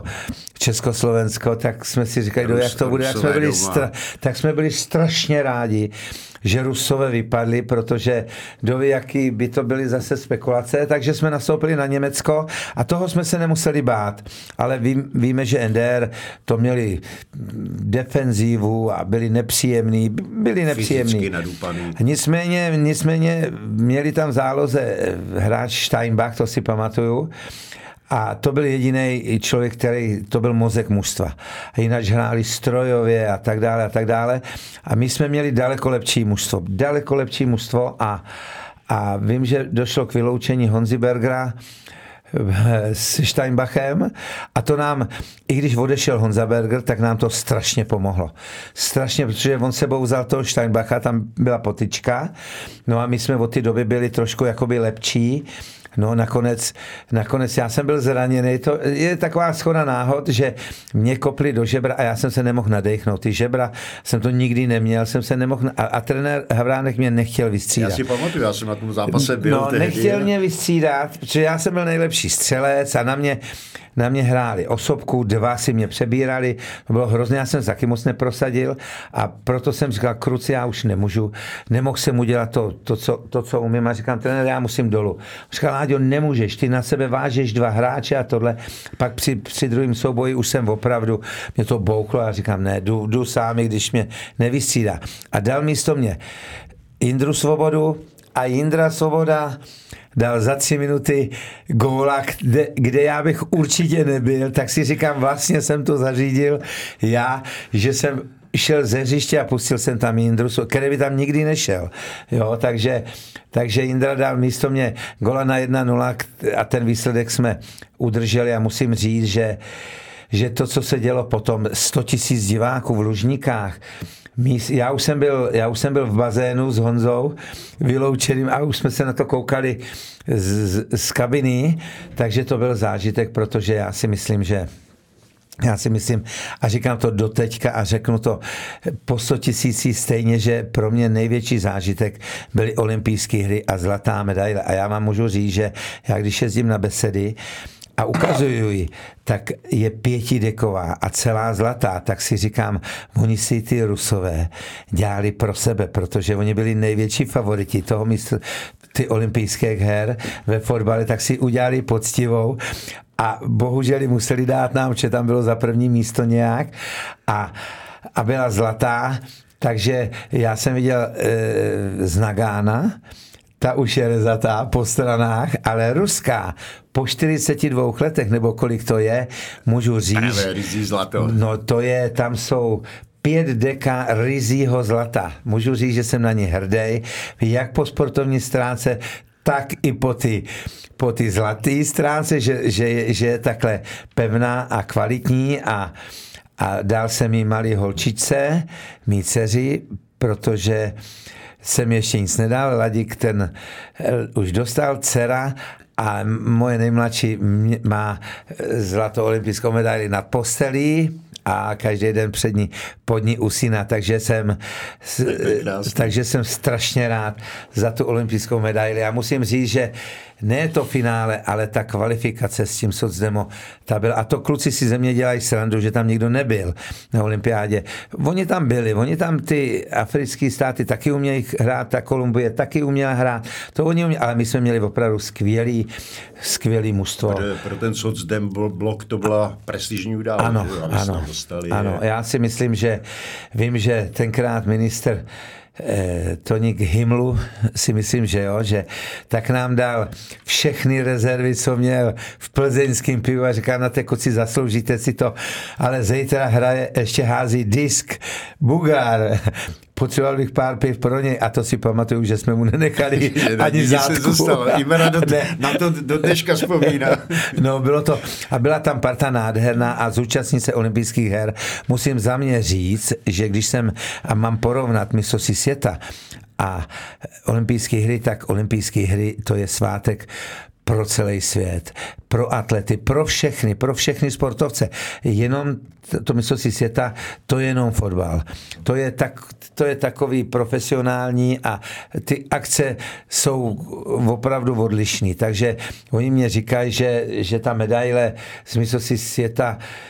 Československo, tak jsme si říkali, Rus, jak to bude, jak jsme byli stra, tak jsme byli strašně rádi, že Rusové vypadli, protože doví, jaký by to byly zase spekulace, takže jsme nastoupili na Německo a toho jsme se nemuseli bát. Ale ví, víme, že N D R to měli defenzívu a byli nepříjemní, byli nepříjemní. Nicméně, nicméně měli tam v záloze hráč Steinbach, to si pamatuju, a to byl jediný člověk, který, to byl mozek mužstva. A jinak hráli strojově a tak dále a tak dále. A my jsme měli daleko lepší mužstvo. Daleko lepší mužstvo a, a vím, že došlo k vyloučení Honzi Bergera s Steinbachem a to nám, i když odešel Honza Berger, tak nám to strašně pomohlo. Strašně, protože on sebou vzal toho Steinbacha, tam byla potyčka, no a my jsme od té doby byli trošku jakoby lepší. No nakonec, nakonec já jsem byl zraněný. To je taková schoda náhod, že mě kopli do žebra a já jsem se nemohl nadechnout. Ty žebra jsem to nikdy neměl, jsem se nemohl, a, a trenér Havránek mě nechtěl vystřídat. Já si pamatuju, já jsem na tom zápase byl. No, tehdy. Nechtěl mě vystřídat, protože já jsem byl nejlepší střelec a na mě na mě hráli osobku, dva si mě přebírali, to bylo hrozné, já jsem se taky moc neprosadil a proto jsem říkal, kruci, já už nemůžu, nemohl jsem udělat to, to, co, to, co umím a říkám, trenér, já musím dolů. Říkal, Láďo, nemůžeš, ty na sebe vážeš dva hráče a tohle, pak při, při druhém souboji už jsem opravdu, mě to bouchlo a říkám, ne, jdu, jdu sám, když mě nevystřídá. A dal místo mě Jindru Svobodu a Jindra Svoboda dal za tři minuty góla, kde, kde já bych určitě nebyl, tak si říkám, vlastně jsem to zařídil já, že jsem šel ze hřiště a pustil jsem tam Jindru, který by tam nikdy nešel. Jo, takže, takže Jindra dal místo mě góla na jedna nula a ten výsledek jsme udrželi a musím říct, že, že to, co se dělo potom, sto tisíc diváků v Lužníkách, Já už, jsem byl, já už jsem byl v bazénu s Honzou vyloučeným a už jsme se na to koukali z, z, z kabiny, takže to byl zážitek, protože já si myslím, že já si myslím, a říkám to doteďka a řeknu to po sto tisící stejně, že pro mě největší zážitek byly olympijské hry a zlatá medaile. A já vám můžu říct, že já když jezdím na besedy, a ukazuju ji, tak je pětideková a celá zlatá, tak si říkám, oni si ty Rusové dělali pro sebe, protože oni byli největší favoriti toho místa, ty olympijské her ve fotbale, tak si udělali poctivou a bohužel museli dát nám, že tam bylo za první místo nějak a, a byla zlatá, takže já jsem viděl e, z Nagána, ta už je rezatá po stranách, ale ruská po čtyřiceti dvou letech, nebo kolik to je, můžu říct, no to je, tam jsou pět deka ryzího zlata. Můžu říct, že jsem na ně hrdý, jak po sportovní stránce, tak i po ty, po ty zlaté stránce, že, že, že je takhle pevná a kvalitní a, a dal jsem jí malý holčičce, mý dceři, protože jsem ještě nic nedal, Ladík ten už dostal, dcera a moje nejmladší má zlatou olympijskou medaili nad postelí a každý den před ní, pod ní usíná, takže jsem, takže jsem strašně rád za tu olympijskou medaili a musím říct, že ne to finále, ale ta kvalifikace s tím socdemo, ta byla, a to kluci si ze mě dělají srandu, že tam nikdo nebyl na olympiádě. Oni tam byli, oni tam ty africké státy taky uměli hrát, ta Kolumbie taky uměla hrát, to oni uměli, ale my jsme měli opravdu skvělý, skvělý mužstvo. Pro, pro ten socdem blok to byla prestižní událost. Ano, ano, dostali, ano, já si myslím, že vím, že tenkrát minister Eh, Toník Himlu, si myslím, že jo, že tak nám dal všechny rezervy, co měl v plzeňském pivu a říká, na té kuci zasloužíte si to, ale zítra hraje, ještě hází disk Bugár. Potřeboval bych pár piv pro něj a to si pamatuju, že jsme mu nenechali ani zátku. Jména do, na to do dneška vzpomíná. No, bylo to, a byla tam parta nádherná a zúčastnit se olympijských her. Musím za mě říct, že když jsem, a mám porovnat mistrovství světa a olympijské hry, tak olympijské hry, to je svátek pro celý svět, pro atlety, pro všechny, pro všechny sportovce. Jenom to mistrovství světa, to je jenom fotbal. To je, tak, to je takový profesionální a ty akce jsou opravdu odlišný. Takže oni mě říkají, že, že ta medaile z mistrovství světa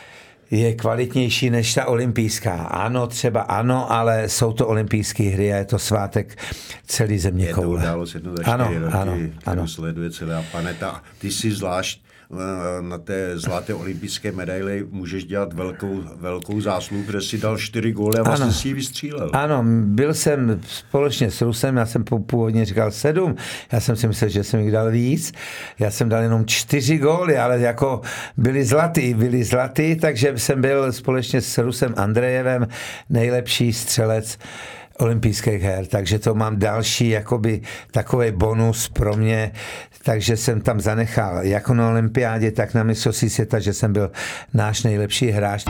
je kvalitnější než ta olympijská. Ano, třeba ano, ale jsou to olympijské hry a je to svátek celý země koule. Je to událost jedno za čtyři roky, ano, kterou ano. sleduje celá planeta. Ty si zvlášť na té zlaté olympijské medaili můžeš dělat velkou, velkou zásluhu, protože si dal čtyři góly a vlastně ano. si ji vystřílel. Ano, byl jsem společně s Rusem, já jsem původně říkal sedm, já jsem si myslel, že jsem jich dal víc, já jsem dal jenom čtyři góly, ale jako byli zlatý, byli zlatý, takže jsem byl společně s Rusem Andrejevem nejlepší střelec olympijských her, takže to mám další jakoby takový bonus pro mě, takže jsem tam zanechal jako na olympiádě, tak na mistrovství světa, že jsem byl náš nejlepší hráč.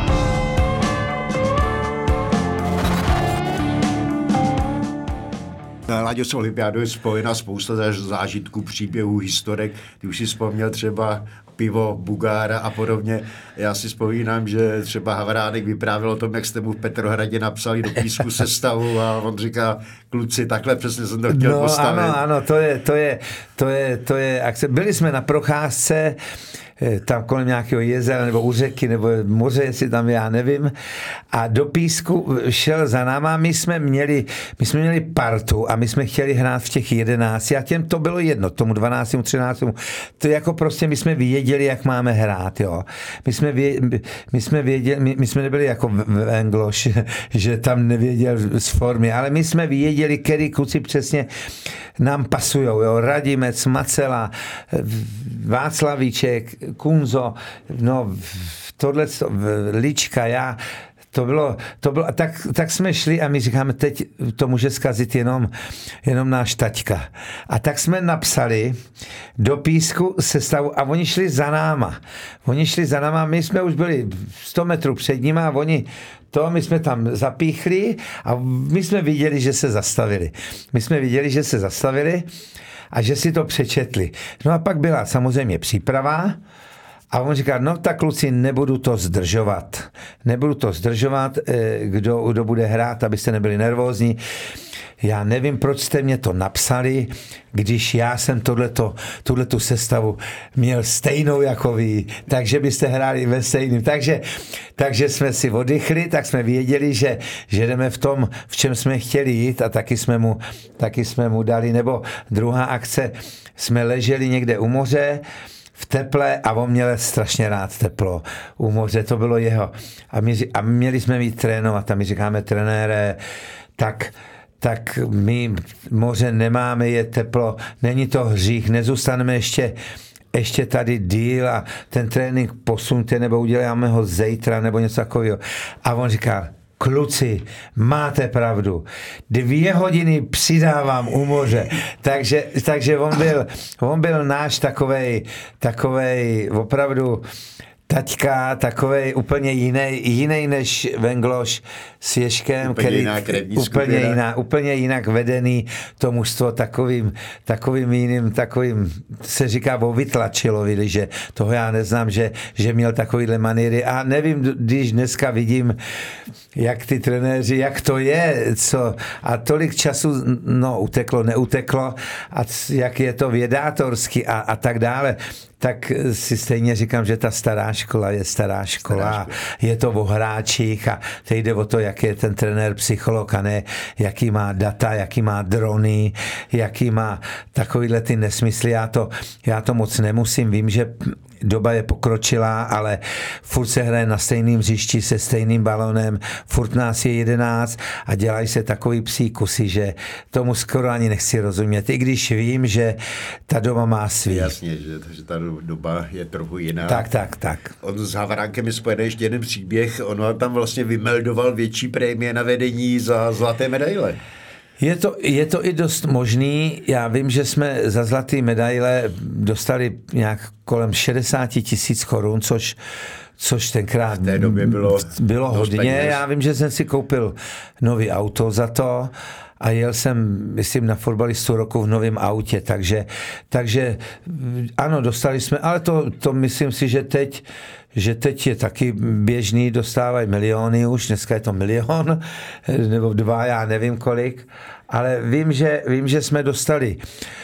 Láďo, s olympiádou je spojena spousta zážitků, příběhů, historek. Ty už si vzpomněl třeba pivo, Bugára a podobně. Já si vzpomínám, že třeba Havránek vyprávěl o tom, jak jste mu v Petrohradě napsali do písku sestavu a on říká, kluci, takhle přesně jsem to chtěl no, postavit. Ano, ano, to je, to je, to je, to je, akce. Byli jsme na procházce, tam kolem nějakého jezera nebo u řeky nebo moře, jestli tam já nevím. A do písku šel za náma. My jsme měli, my jsme měli partu a my jsme chtěli hrát v těch jedenácti a těm to bylo jedno, tomu dvanáctému, třináctému. To jako prostě my jsme věděli, jak máme hrát, jo. My jsme, vě, my jsme věděli, my, my jsme nebyli jako v Engloš, že tam nevěděl z formy, ale my jsme věděli, který kluci přesně nám pasujou, jo. Radimec, Macela, Václavíček, Kunzo, no tohle, Lička, já, to bylo, to bylo tak, tak jsme šli a my říkáme, teď to může zkazit jenom, jenom náš taťka. A tak jsme napsali do písku sestavu a oni šli za náma. Oni šli za náma, my jsme už byli sto metrů před nimi a oni to, my jsme tam zapíchli a my jsme viděli, že se zastavili. My jsme viděli, že se zastavili a že si to přečetli. No a pak byla samozřejmě příprava a on říká, no tak kluci, nebudu to zdržovat. Nebudu to zdržovat, kdo, kdo bude hrát, abyste nebyli nervózní. Já nevím, proč jste mě to napsali, když já jsem tohleto, tuhletu sestavu měl stejnou jako vy, takže byste hráli ve stejným. Takže, takže jsme si oddychli, tak jsme věděli, že, že jdeme v tom, v čem jsme chtěli jít a taky jsme mu, taky jsme mu dali. Nebo druhá akce, jsme leželi někde u moře, v teple a on měl strašně rád teplo u moře, to bylo jeho. A, my, a měli jsme mít trénovat a my říkáme, trenére, tak tak my moře nemáme, je teplo, není to hřích, nezůstaneme ještě, ještě tady díl a ten trénink posunte nebo uděláme ho zítra nebo něco takového. A on říká, kluci, máte pravdu. Dvě hodiny přidávám u moře. Takže, takže on, byl, on byl náš takovej, takovej opravdu taťka, takovej úplně jiný, jiný než Vengloš s Ježkem, úplně který jiná úplně, jiná, úplně jinak vedený to mužstvo takovým, takovým jiným, takovým se říká o Vytlačilovi, že toho já neznám, že, že měl takovýhle maníry a nevím, když dneska vidím, jak ty trenéři, jak to je, co a tolik času, no uteklo, neuteklo a jak je to vědátorsky a, a tak dále, tak si stejně říkám, že ta stará škola je stará škola, stará škola. Je to o hráčích a teď jde o to, jak je ten trenér psycholog a ne jaký má data, jaký má drony, jaký má takovýhle ty nesmysly. Já to, já to moc nemusím, vím, že doba je pokročilá, ale furt se hraje na stejném hřišti se stejným balonem, furt nás je jedenáct a dělají se takový psí kusy, že tomu skoro ani nechci rozumět, i když vím, že ta doba má svý. Jasně, že, že ta doba je trochu jiná. Tak, tak, tak. On s Havránkem je spojený ještě jeden příběh, on tam vlastně vymeldoval větší prémie na vedení za zlaté medaile. Je to, je to i dost možný. Já vím, že jsme za zlaté medaile dostali nějak kolem šedesát tisíc korun, což, což tenkrát v té době bylo, bylo hodně. Peněz. Já vím, že jsem si koupil nový auto za to a jel jsem, myslím, na fotbalistu roku v novém autě, takže, takže ano, dostali jsme, ale to, to myslím si, že teď že teď je taky běžný, dostávají miliony už, dneska je to milion, nebo dva, já nevím kolik, ale vím, že, vím, že jsme dostali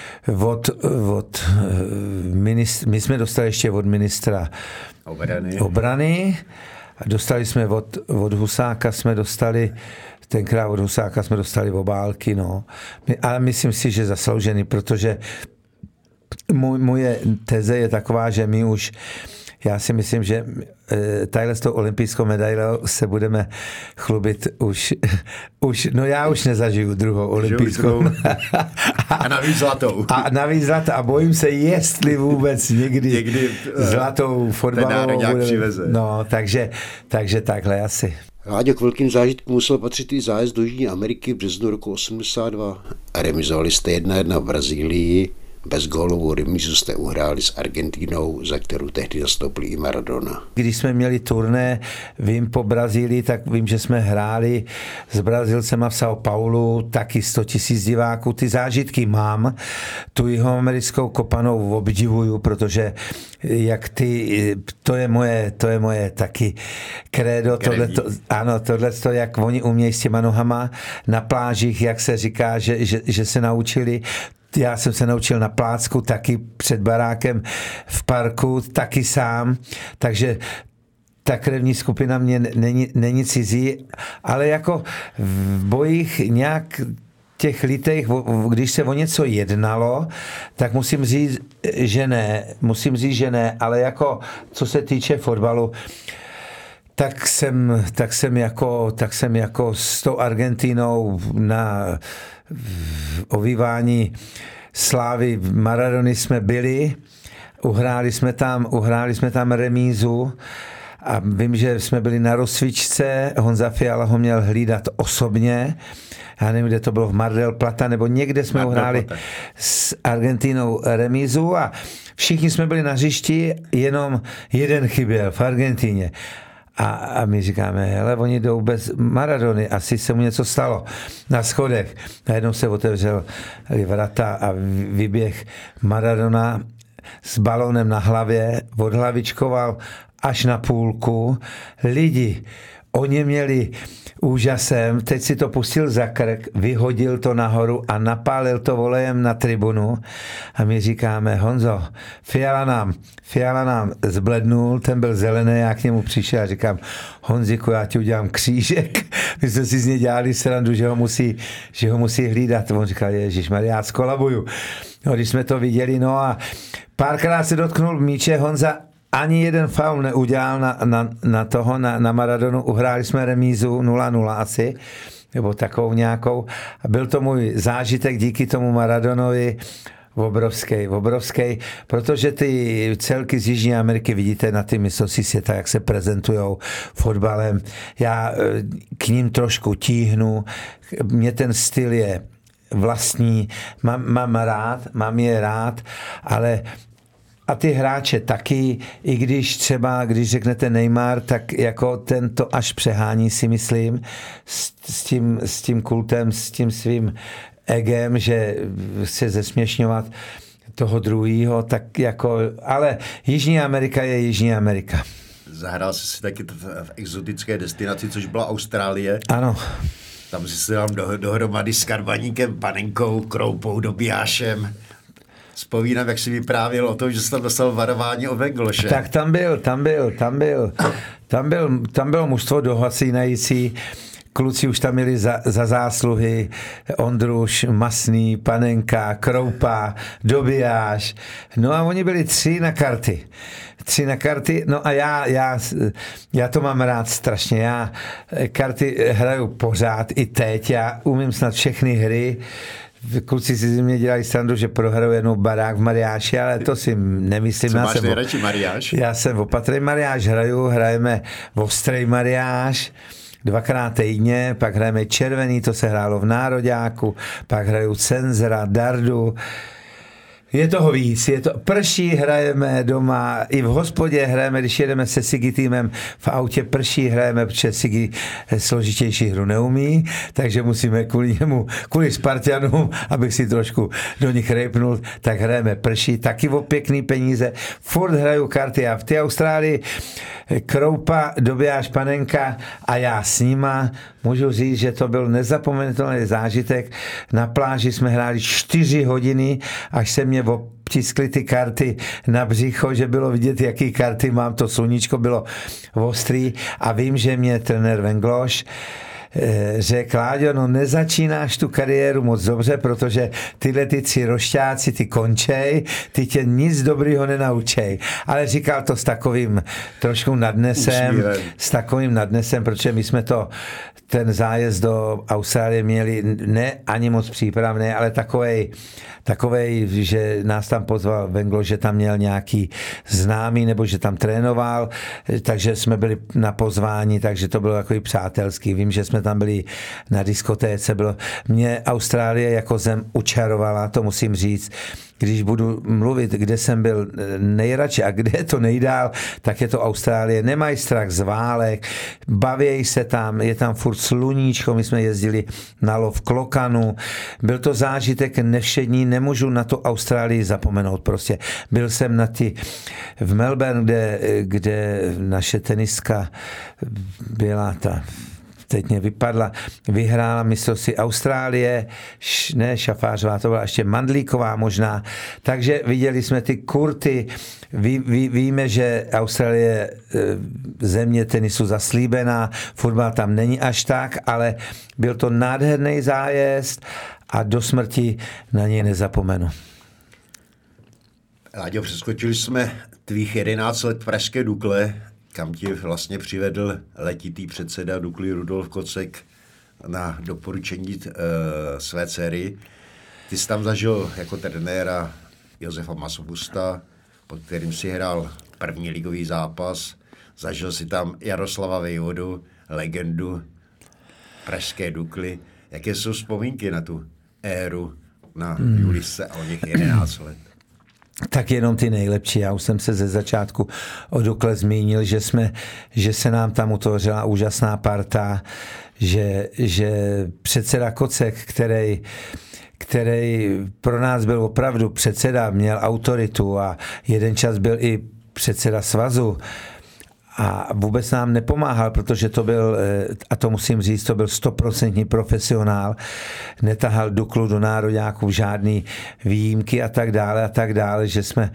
od, od ministra, my jsme dostali ještě od ministra obrany, obrany dostali jsme od, od Husáka, jsme dostali, tenkrát od Husáka jsme dostali obálky, no. Ale myslím si, že zasloužený, protože můj, moje teze je taková, že my už, já si myslím, že tadyhle s tou olympijskou medailou se budeme chlubit už, už, no já už nezažiju druhou olympijskou. A navíc zlatou. A navíc zlatou. A bojím se, jestli vůbec někdy, někdy zlatou fotbalovou bude. Přiveze. No, takže, takže takhle asi. Láďo, k velkým zážitkům musel patřit i zájezd do Jižní Ameriky v březnu roku osmdesát dva. Remizovali jste jedna jedna v Brazílii. Bez gólovou remízu jste uhráli s Argentínou, za kterou tehdy zastoupil i Maradona. Když jsme měli turné, vím po Brazílii, tak vím, že jsme hráli s Brazilcema v São Paulu, taky sto tisíc diváků. Ty zážitky mám, tu jihoamerickou kopanou obdivuju, protože jak ty, to je moje, to je moje taky krédo, tohleto, ano, tohleto, jak oni umějí s těma nohama na plážích, jak se říká, že, že, že se naučili. Já jsem se naučil na plácku, taky před barákem v parku, taky sám, takže ta krevní skupina mě není, není cizí, ale jako v bojích nějak těch litejch, když se o něco jednalo, tak musím říct, že ne, musím říct, že ne, ale jako co se týče fotbalu, tak jsem, tak jsem jako, tak jsem jako s tou Argentínou na ovívání slávy Maradony jsme byli, uhráli jsme tam, uhráli jsme tam remízu a vím, že jsme byli na rozcvičce, Honza Fiala ho měl hlídat osobně, já nevím, kde to bylo, v Mar del Plata, nebo někde jsme Mar uhráli Plata. S Argentínou remízu a všichni jsme byli na hřišti, jenom jeden chyběl v Argentíně. A, a my říkáme, hele, oni jdou bez Maradony, asi se mu něco stalo na schodech. Najednou se otevřel vrata a vyběh Maradona s balónem na hlavě, odhlavičkoval až na půlku. Lidi o ně měli úžasem, teď si to pustil za krk, vyhodil to nahoru a napálil to volejem na tribunu a my říkáme, Honzo, Fiala nám, Fiala nám zblednul, ten byl zelený, já k němu přišel a říkám, Honziku, já ti udělám křížek. My jsme si z něj dělali srandu, že ho musí, že ho musí hlídat. On říkal, ježišmarja, já skolabuju. No, když jsme to viděli, no a párkrát se dotknul míče, Honza ani jeden faul neudělal na, na, na toho, na, na Maradonu. Uhráli jsme remízu nula nula asi, nebo takovou nějakou. A byl to můj zážitek díky tomu Maradonovi obrovský, obrovský, protože ty celky z Jižní Ameriky vidíte na ty mistrovství světa, jak se prezentujou fotbalem. Já k ním trošku tíhnu. Mně ten styl je vlastní. Mám, mám rád, mám je rád, ale a ty hráče taky, i když třeba, když řeknete Neymar, tak jako ten to až přehání, si myslím, s, s, tím, s tím kultem, s tím svým egem, že chce zesměšňovat toho druhýho, tak jako, ale Jižní Amerika je Jižní Amerika. Zahrál jsi si taky v exotické destinaci, což byla Austrálie. Ano. Tam si se dám do, dohromady s Karbaníkem, Panenkou, Kroupou, Dobijášem. Vzpomínám, jak jsi vyprávěl o tom, že jsi tam dostal varování o Vengloše. Tak tam byl, tam byl, tam byl. Tam, byl, tam bylo mužstvo dohasínající. Kluci už tam měli za, za zásluhy. Ondruš, Masný, Panenka, Kroupa, Dobijáš. No a oni byli tři na karty. Tři na karty, no a já, já, já to mám rád strašně. Já karty hraju pořád i teď. Já umím snad všechny hry. Kluci si z mě dělají srandu, že prohraju jednou barák v mariáši, ale to si nemyslím. Co já máš jsem nejradši mariáš? Já jsem opatrný mariáš, hraju, hrajeme ostrý mariáš, dvakrát týdně, pak hrajeme červený, to se hrálo v Nároďáku, pak hraju Cenzera, Dardu. Je toho víc, je to, prší, hrajeme doma, i v hospodě hrajeme, když jedeme se Sigi týmem v autě, prší, hrajeme, protože Sigi složitější hru neumí, takže musíme kvůli němu, kvůli Spartanům, abych si trošku do nich rejpnul, tak hrajeme prší, taky o pěkný peníze, furt hraju karty a v té Austrálii Kroupa, Dobijáš, Panenka a já s nima můžu říct, že to byl nezapomenutelný zážitek. Na pláži jsme hráli čtyři hodiny, až se mě o tiskli ty karty na břicho, že bylo vidět, jaký karty mám, to sluníčko bylo ostrý a vím, že mě trenér Vengloš řekl, Láďo, no nezačínáš tu kariéru moc dobře, protože tyhle ty tři rošťáci, ty končej, ty tě nic dobrýho nenaučej. Ale říkal to s takovým trošku nadnesem, Usmívem. s takovým nadnesem, protože my jsme to, ten zájezd do Austrálie měli ne ani moc přípravný, ale takovej, takovej, že nás tam pozval Venglo, že tam měl nějaký známý, nebo že tam trénoval, takže jsme byli na pozvání, takže to bylo takový přátelský. Vím, že jsme tam byli na diskotéce. Bylo, mě Austrálie jako zem učarovala, to musím říct. Když budu mluvit, kde jsem byl nejradši a kde je to nejdál, tak je to Austrálie. Nemají strach z válek, bavějí se tam, je tam furt sluníčko, my jsme jezdili na lov klokanu. Byl to zážitek nevšední, nemůžu na to Austrálii zapomenout prostě. Byl jsem na ty v Melbourne, kde, kde naše teniska byla ta teď mě vypadla, vyhrála mistrovství Austrálie, ne Šafářová, to byla ještě Mandlíková možná, takže viděli jsme ty kurty, ví, ví, víme, že Austrálie země tenisu zaslíbená, fotbal tam není až tak, ale byl to nádherný zájezd a do smrti na něj nezapomenu. Láďo, přeskočili jsme tvých jedenáct let v Pražské Dukle, kam ti vlastně přivedl letitý předseda Dukly Rudolf Kocek na doporučení e, své dcery. Ty jsi tam zažil jako trenéra Josefa Masopustka, pod kterým si hrál první ligový zápas. Zažil si tam Jaroslava Vejvodu, legendu pražské Dukly. Jaké jsou vzpomínky na tu éru na hmm. Julisce a o něch jedenáct let? Tak jenom ty nejlepší. Já už jsem se ze začátku o Dukle zmínil, že, jsme, že se nám tam utvořila úžasná parta, že, že předseda Kocek, který, který pro nás byl opravdu předseda, měl autoritu a jeden čas byl i předseda svazu, a vůbec nám nepomáhal, protože to byl, a to musím říct, to byl stoprocentní profesionál, netahal Duklu do nároďáků žádný výjimky a tak dále a tak dále, že jsme,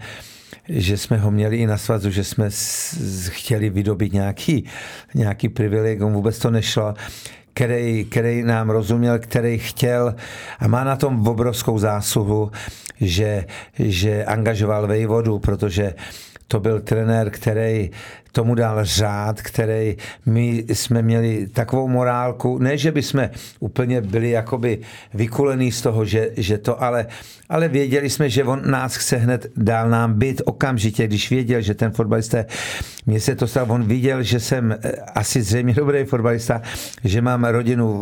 že jsme ho měli i na svazu, že jsme chtěli vydobit nějaký, nějaký privilegium, vůbec to nešlo. Který, který nám rozuměl, který chtěl a má na tom obrovskou zásluhu, že, že angažoval Vejvodu, protože to byl trenér, který tomu dal řád, který my jsme měli takovou morálku, ne, že by jsme úplně byli jakoby vykulený z toho, že, že to, ale, ale věděli jsme, že on nás chce hned, dál nám byt okamžitě, když věděl, že ten fotbalista, mně se to stalo, on viděl, že jsem asi zřejmě dobrý fotbalista, že mám rodinu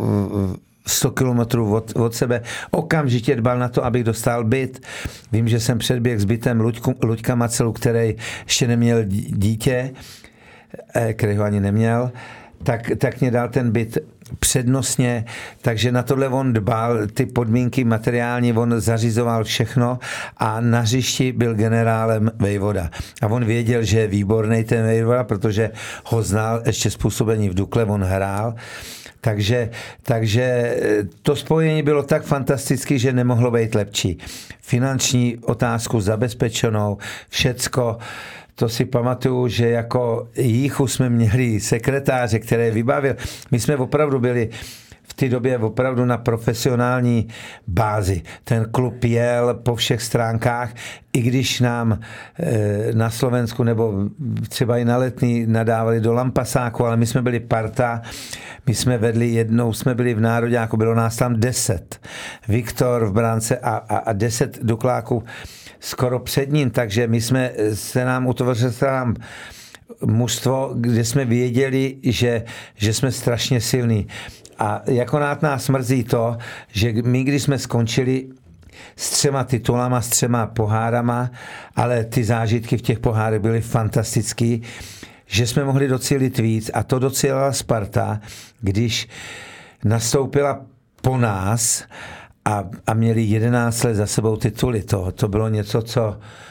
sto kilometrů od, od sebe, okamžitě dbal na to, abych dostal byt. Vím, že jsem předběh s bytem Luďku, Luďka Macelu, který ještě neměl dítě, který ho ani neměl, tak, tak mě dal ten byt přednostně, takže na tohle on dbal, ty podmínky materiální, on zařizoval všechno a na hřišti byl generálem Vejvoda. A on věděl, že je výborný ten Vejvoda, protože ho znal ještě z působení v Dukle, on hrál. Takže, takže to spojení bylo tak fantastické, že nemohlo být lepší. Finanční otázku zabezpečenou, všecko. To si pamatuju, že jako jíchu jsme měli sekretáře, které vybavil. My jsme opravdu byli v té době opravdu na profesionální bázi. Ten klub jel po všech stránkách, i když nám e, na Slovensku nebo třeba i na Letný nadávali do lampasáku, ale my jsme byli parta, my jsme vedli jednou, jsme byli v nároďáku, bylo nás tam deset. Viktor v bránce a, a, a deset Dukláků skoro před ním, takže my jsme se nám utvořili nám mužstvo, kde jsme věděli, že, že jsme strašně silní. A jako nás mrzí to, že my, když jsme skončili s třema titulama, s třema pohárama, ale ty zážitky v těch pohárech byly fantastický, že jsme mohli docílit víc a to docílila Sparta, když nastoupila po nás a, a měli jedenáct let za sebou tituly. To, to bylo něco, co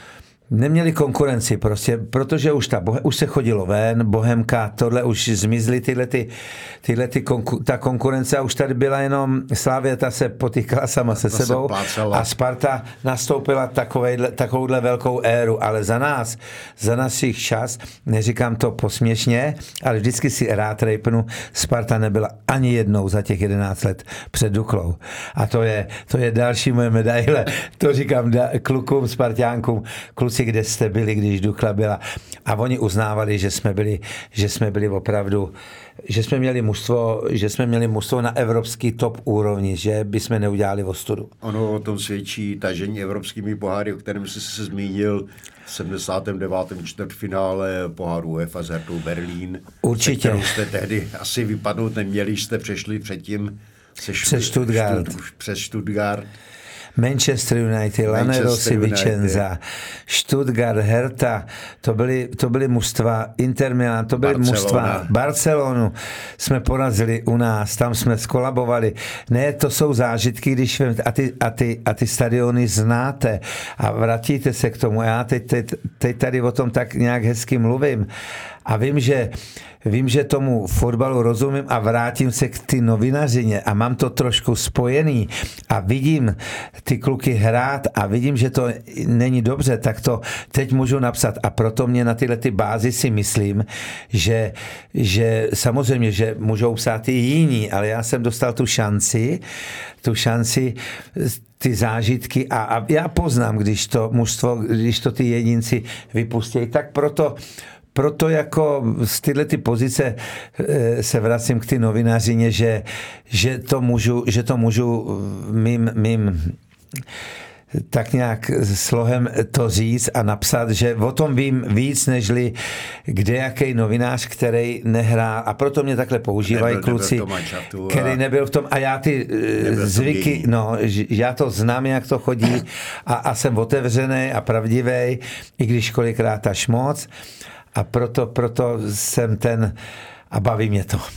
Neměli konkurenci prostě, protože už, ta, už se chodilo ven, Bohemka, tohle už zmizly tyhle, ty, tyhle ty konku, ta konkurence a už tady byla jenom Slavia, ta se potýkala sama se to sebou se a Sparta nastoupila takovouhle velkou éru, ale za nás, za našich čas, neříkám to posměšně, ale vždycky si rád rejpnu, Sparta nebyla ani jednou za těch jedenáct let před Duklou. A to je, to je další moje medaile, to říkám da, klukům, Spartánkům, kluci, kde jste byli, když Dukla byla. A oni uznávali, že jsme byli, že jsme byli opravdu, že jsme měli mužstvo, že jsme měli mužstvo na evropský top úrovni, že bychom neudělali ostudu. Ono o tom svědčí tažení evropskými poháry, o kterém jsi se zmínil v sedmdesátém devátém čtvrtfinále poháru UEFA s Hertou Berlín. Určitě. Se jste tehdy asi vypadnout neměli, jste přešli předtím se přes Stuttgart. Štud, přes Stuttgart. Manchester United, Lanerossi Vicenza, Stuttgart, Hertha, to byly, to byly mužstva, Inter Milan, to byly Barcelona. mužstva, Barcelonu jsme porazili u nás, tam jsme skolabovali. Ne, to jsou zážitky, když a ty, a ty, a ty stadiony znáte a vrátíte se k tomu. Já teď, teď, teď tady o tom tak nějak hezky mluvím a vím, že Vím, že tomu fotbalu rozumím a vrátím se k ty novinařině a mám to trošku spojený a vidím ty kluky hrát a vidím, že to není dobře, tak to teď můžu napsat a proto mě na tyhle ty bázi si myslím, že, že samozřejmě, že můžou psát i jiní, ale já jsem dostal tu šanci, tu šanci ty zážitky a, a já poznám, když to mužstvo, když to ty jedinci vypustí, tak proto Proto jako z tyhle ty pozice se vracím k ty novinařině, že, že, to můžu, že to můžu mým, mým tak nějak slohem to říct a napsat, že o tom vím víc, nežli kdejaký novinář, který nehrál a proto mě takhle používají nebyl, kluci, nebyl který nebyl v tom a já ty zvyky, no, já to znám, jak to chodí a, a jsem otevřený a pravdivý, i když kolikrát až moc. A proto, proto jsem ten a baví mě to.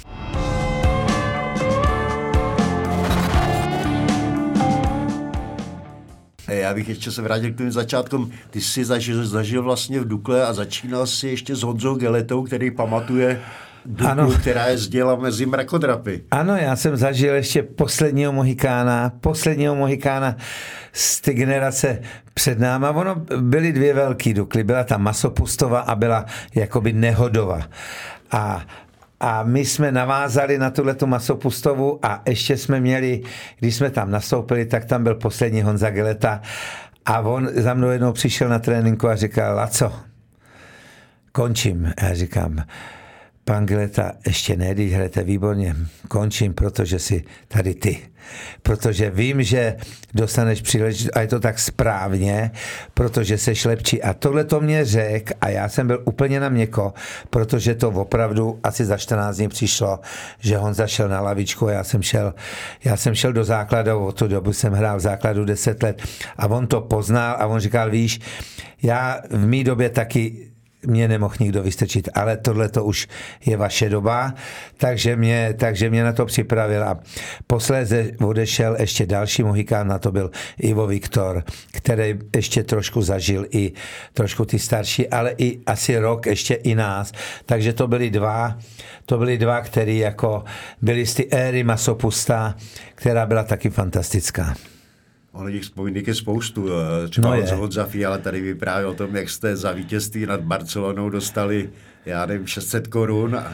Já bych ještě se vrátil k těm začátkům. Ty jsi zažil, zažil vlastně v Dukle a začínal si ještě s Honzou Geletou, který pamatuje Duklu, ano. která je sděla mezi mrakodrapy. Ano, já jsem zažil ještě posledního Mohikána, posledního Mohikána z té generace před náma. Ono byly dvě velký Dukly. Byla ta Masopustova a byla jakoby Nehodova. A A my jsme navázali na tuhletu Masopustovu a ještě jsme měli, když jsme tam nastoupili, tak tam byl poslední Honza Geleta a on za mnou jednou přišel na tréninku a říkal, Laco, končím. Já říkám, pan Geleta, ještě ne, když hrajete výborně, končím, protože si tady ty. Protože vím, že dostaneš příležitost a je to tak správně, protože seš lepší. A tohle to mě řek a já jsem byl úplně na měko, protože to opravdu asi za čtrnáct dní přišlo, že Honza šel na lavičku a já jsem šel, já jsem šel do základu, od tu dobu jsem hrál v základu deset let a on to poznal a on říkal, víš, já v mý době taky mě nemohl nikdo vystrčit, ale tohle to už je vaše doba, takže mě, takže mě na to připravil a posléze odešel ještě další Mohikán, na to byl Ivo Viktor, který ještě trošku zažil i trošku ty starší, ale i asi rok ještě i nás, takže to byly dva, to byly dva, který jako byli z ty éry Masopusta, která byla taky fantastická. Ono těch vzpomínek je spoustu. Třeba no Honza Fiala tady vyprávěl o tom, jak jste za vítězství nad Barcelonou dostali, já nevím, šest set korun. A...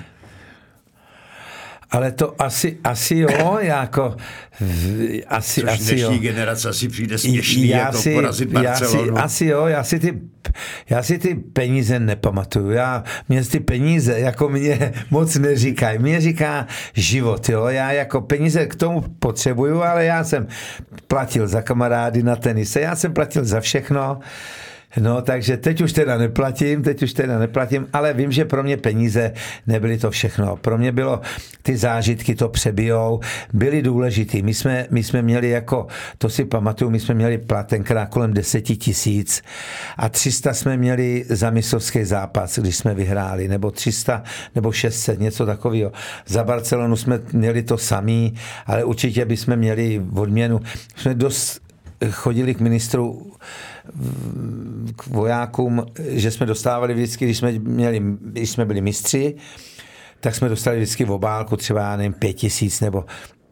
Ale to asi, asi jo, jako asi, Což asi dnešní jo. generace asi přijde směšný, já jako si, porazit Barcelonu. Já si, asi jo, já si ty já si ty peníze nepamatuju. Já, mě ty peníze jako mě moc neříkají. Mě říká život, jo. Já jako peníze k tomu potřebuju, ale já jsem platil za kamarády na tenise, já jsem platil za všechno. No, takže teď už teda neplatím, teď už teda neplatím, ale vím, že pro mě peníze nebyly to všechno. Pro mě bylo, ty zážitky to přebijou, byly důležitý. My jsme, my jsme měli jako, to si pamatuju, my jsme měli plat tenkrát kolem deset tisíc a tři sta jsme měli za mistrovský zápas, když jsme vyhráli, nebo tři sta, nebo šest set, něco takového. Za Barcelonu jsme měli to samý, ale určitě bychom měli odměnu. Jsme dost chodili k ministru k vojákům, že jsme dostávali vždycky, když jsme, měli, když jsme byli mistři, tak jsme dostali vždycky v obálku třeba, já nevím, pět tisíc nebo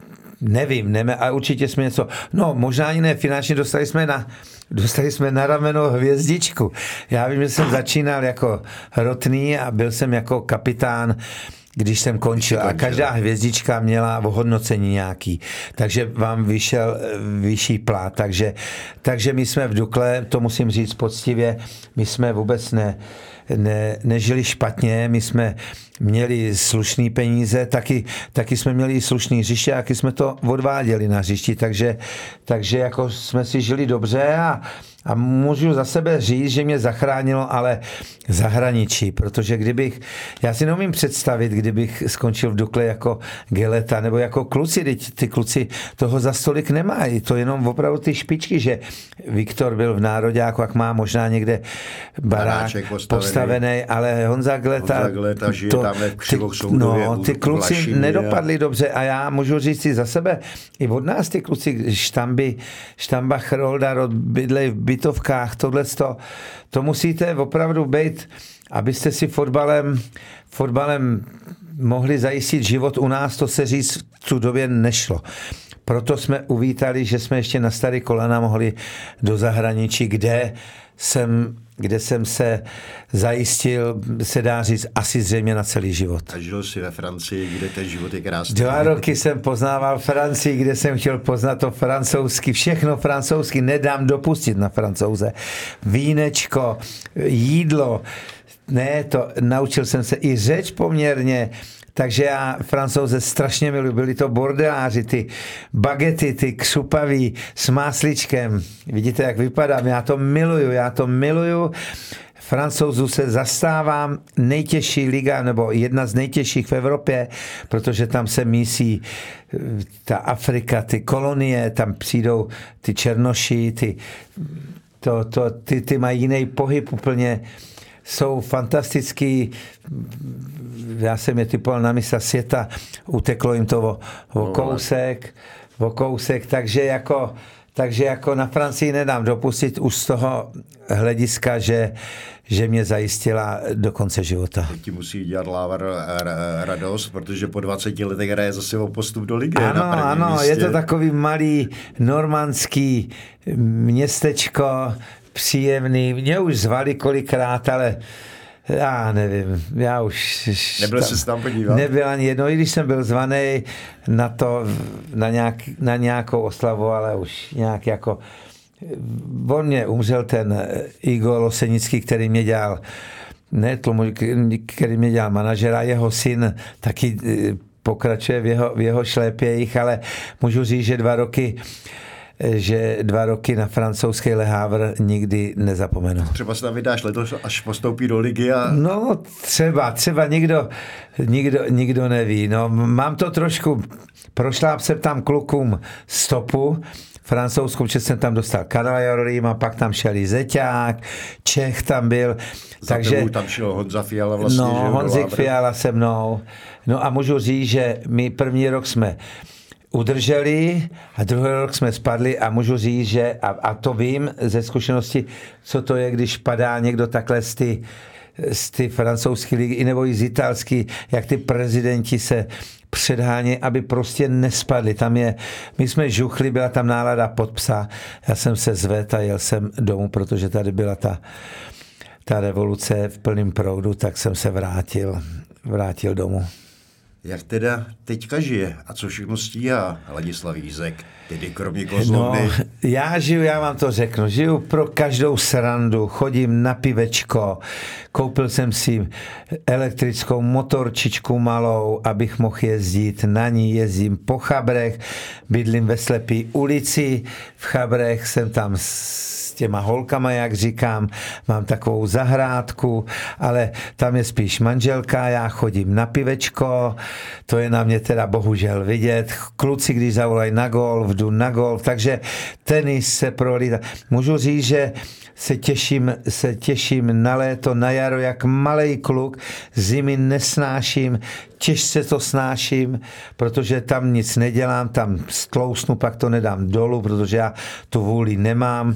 nevím, ne, ale určitě jsme něco, no možná ani ne, finančně dostali jsme na, dostali jsme na rameno hvězdičku. Já vím, že jsem začínal jako rotný a byl jsem jako kapitán, když jsem končil a každá hvězdička měla ohodnocení nějaký, takže vám vyšel vyšší plát, takže, takže my jsme v Dukle, to musím říct poctivě, my jsme vůbec ne, ne, nežili špatně, my jsme měli slušný peníze, taky, taky jsme měli slušný hřiště, taky jsme to odváděli na hřišti, takže, takže jako jsme si žili dobře a A můžu za sebe říct, že mě zachránilo ale zahraničí, protože kdybych, já si neumím představit, kdybych skončil v Dukle jako Geleta nebo jako kluci, teď ty kluci toho za stolik nemají, to jenom opravdu ty špičky, že Viktor byl v Nároďáku, jak má možná někde barák postavený, postavený, ale Honza Geleta, Honza Geleta žije to, tam v ty, no, ty kluci Vlašině nedopadli a... dobře a já můžu říct si za sebe, i od nás ty kluci Štamby, Štamba Chrolda, bydlej v bytovkách, tohleto, to musíte opravdu být, abyste si fotbalem, fotbalem mohli zajistit život u nás, to se říct v tu době nešlo. Proto jsme uvítali, že jsme ještě na starý kolena mohli do zahraničí, kde jsem, kde jsem se zajistil, se dá říct, asi zřejmě na celý život. A žil jsi ve Francii, kde ten život je krásný. Dva roky jsem poznával Francii, kde jsem chtěl poznat to francouzsky, všechno francouzsky, nedám dopustit na Francouze. Vínečko, jídlo, ne, to naučil jsem se i řeč poměrně, takže já Francouze strašně miluji. Byli to bordeláři, ty bagety, ty křupaví s másličkem. Vidíte, jak vypadám? Já to miluju, já to miluju. Francouzů se zastávám, nejtěžší liga, nebo jedna z nejtěžších v Evropě, protože tam se mísí ta Afrika, ty kolonie, tam přijdou ty černoši, ty, to, to, ty, ty mají jiný pohyb úplně, jsou fantastický, já jsem je typoval na mistra světa, uteklo jim to o, o kousek, o kousek, takže jako, takže jako na Francii nedám dopustit už z toho hlediska, že, že mě zajistila do konce života. Teď ti musí dělat Lávar radost, protože po dvaceti letech hraje zase o postup do ligy. Ano, na ano, místě. Je to takový malý normandský městečko, příjemný. Mě už zvali kolikrát, ale já nevím, já už... Nebyl jsi se tam podívat? Nebyl ani jedno, i když jsem byl zvaný na to, na, nějak, na nějakou oslavu, ale už nějak jako... On mě umřel ten Igor Losenický, který mě dělal, ne tlumu, který mě dělal manažera, jeho syn taky pokračuje v jeho, v jeho šlépějích, ale můžu říct, že dva roky že dva roky na francouzský Le Havre nikdy nezapomenu. Třeba se tam vydáš letos, až postoupí do ligy a... No třeba, třeba nikdo, nikdo, nikdo neví. No, mám to trošku, prošláp se tam klukům stopu, francouzskou, že jsem tam dostal Kanajorim a pak tam šel i Zeťák, Čech tam byl. Za takže tam šel Honza Fiala vlastně. No, že Honzik Fiala se mnou. No a můžu říct, že my první rok jsme udrželi a druhý rok jsme spadli a můžu říct, že a, a to vím ze zkušenosti, co to je, když padá někdo takhle z ty, z ty francouzské ligy nebo i z italský, jak ty prezidenti se předhánějí, aby prostě nespadli. Tam je, my jsme žuchli, byla tam nálada pod psa, já jsem se zvedl a jel jsem domů, protože tady byla ta, ta revoluce v plném proudu, tak jsem se vrátil, vrátil domů. Jak teda teďka žije a co všechno stíhá Ladislav Jízek, tedy kromě kozlovny? No, já žiju, já vám to řeknu, žiju pro každou srandu, chodím na pivečko, koupil jsem si elektrickou motorčičku malou, abych mohl jezdit, na ní jezdím po Chabrech, bydlím ve Slepý ulici, v Chabrech jsem tam s těma holkama, jak říkám, mám takovou zahrádku, ale tam je spíš manželka, já chodím na pivečko, to je na mě teda bohužel vidět, kluci, když zavolají na golf, jdu na golf, takže tenis se prolítá. Můžu říct, že se těším, se těším na léto, na jaro, jak malej kluk, zimy nesnáším, těžce to snáším, protože tam nic nedělám, tam stlousnu, pak to nedám dolů, protože já tu vůli nemám.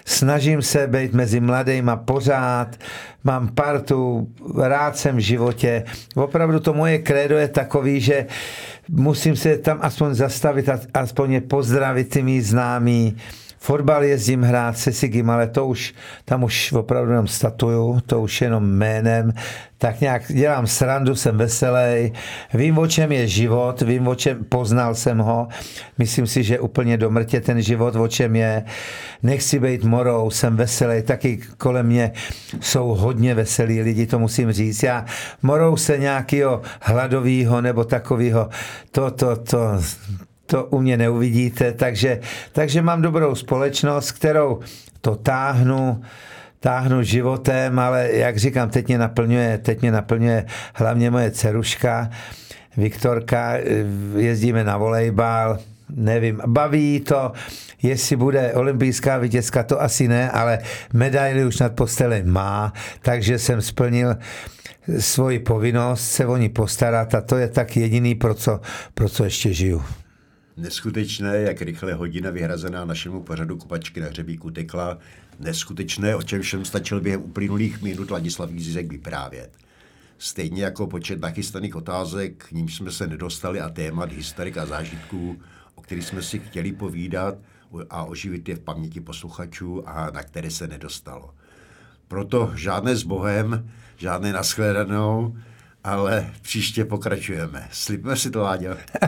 snažím se být mezi mladejma pořád, mám partu, rád jsem v životě. Opravdu to moje krédo je takový, že musím se tam aspoň zastavit, aspoň je pozdravit ty mý známí. Fotbal jezdím hrát se Sigim, ale to už, tam už opravdu jenom statuju, to už jenom jménem. Tak nějak dělám srandu, jsem veselý, vím, o čem je život, vím, o čem, poznal jsem ho. Myslím si, že úplně do mrtě ten život, o čem je. Nechci být morou, jsem veselý, taky kolem mě jsou hodně veselí lidi, to musím říct. Já morou se nějakého hladového nebo takového, to, to, to, to u mě neuvidíte, takže, takže mám dobrou společnost, kterou to táhnu, táhnu životem, ale jak říkám, teď mě naplňuje, teď mě naplňuje hlavně moje dceruška, Viktorka, jezdíme na volejbal, nevím, baví to, jestli bude olympijská vítězka, to asi ne, ale medaili už nad postelem má, takže jsem splnil svoji povinnost se o ní postarat a to je tak jediný, pro co, pro co ještě žiju. Neskutečné, jak rychle hodina vyhrazená našemu pořadu Kopačky na hřebíku tekla. Neskutečné, o čem všem stačil během uplynulých minut Ladislav Jízek vyprávět. Stejně jako počet nachystaných otázek, k nímž jsme se nedostali, a témat, historik a zážitků, o kterých jsme si chtěli povídat a oživit je v paměti posluchačů a na které se nedostalo. Proto žádné s Bohem, žádné nashledanou, ale příště pokračujeme. Slibme si to, Láďo.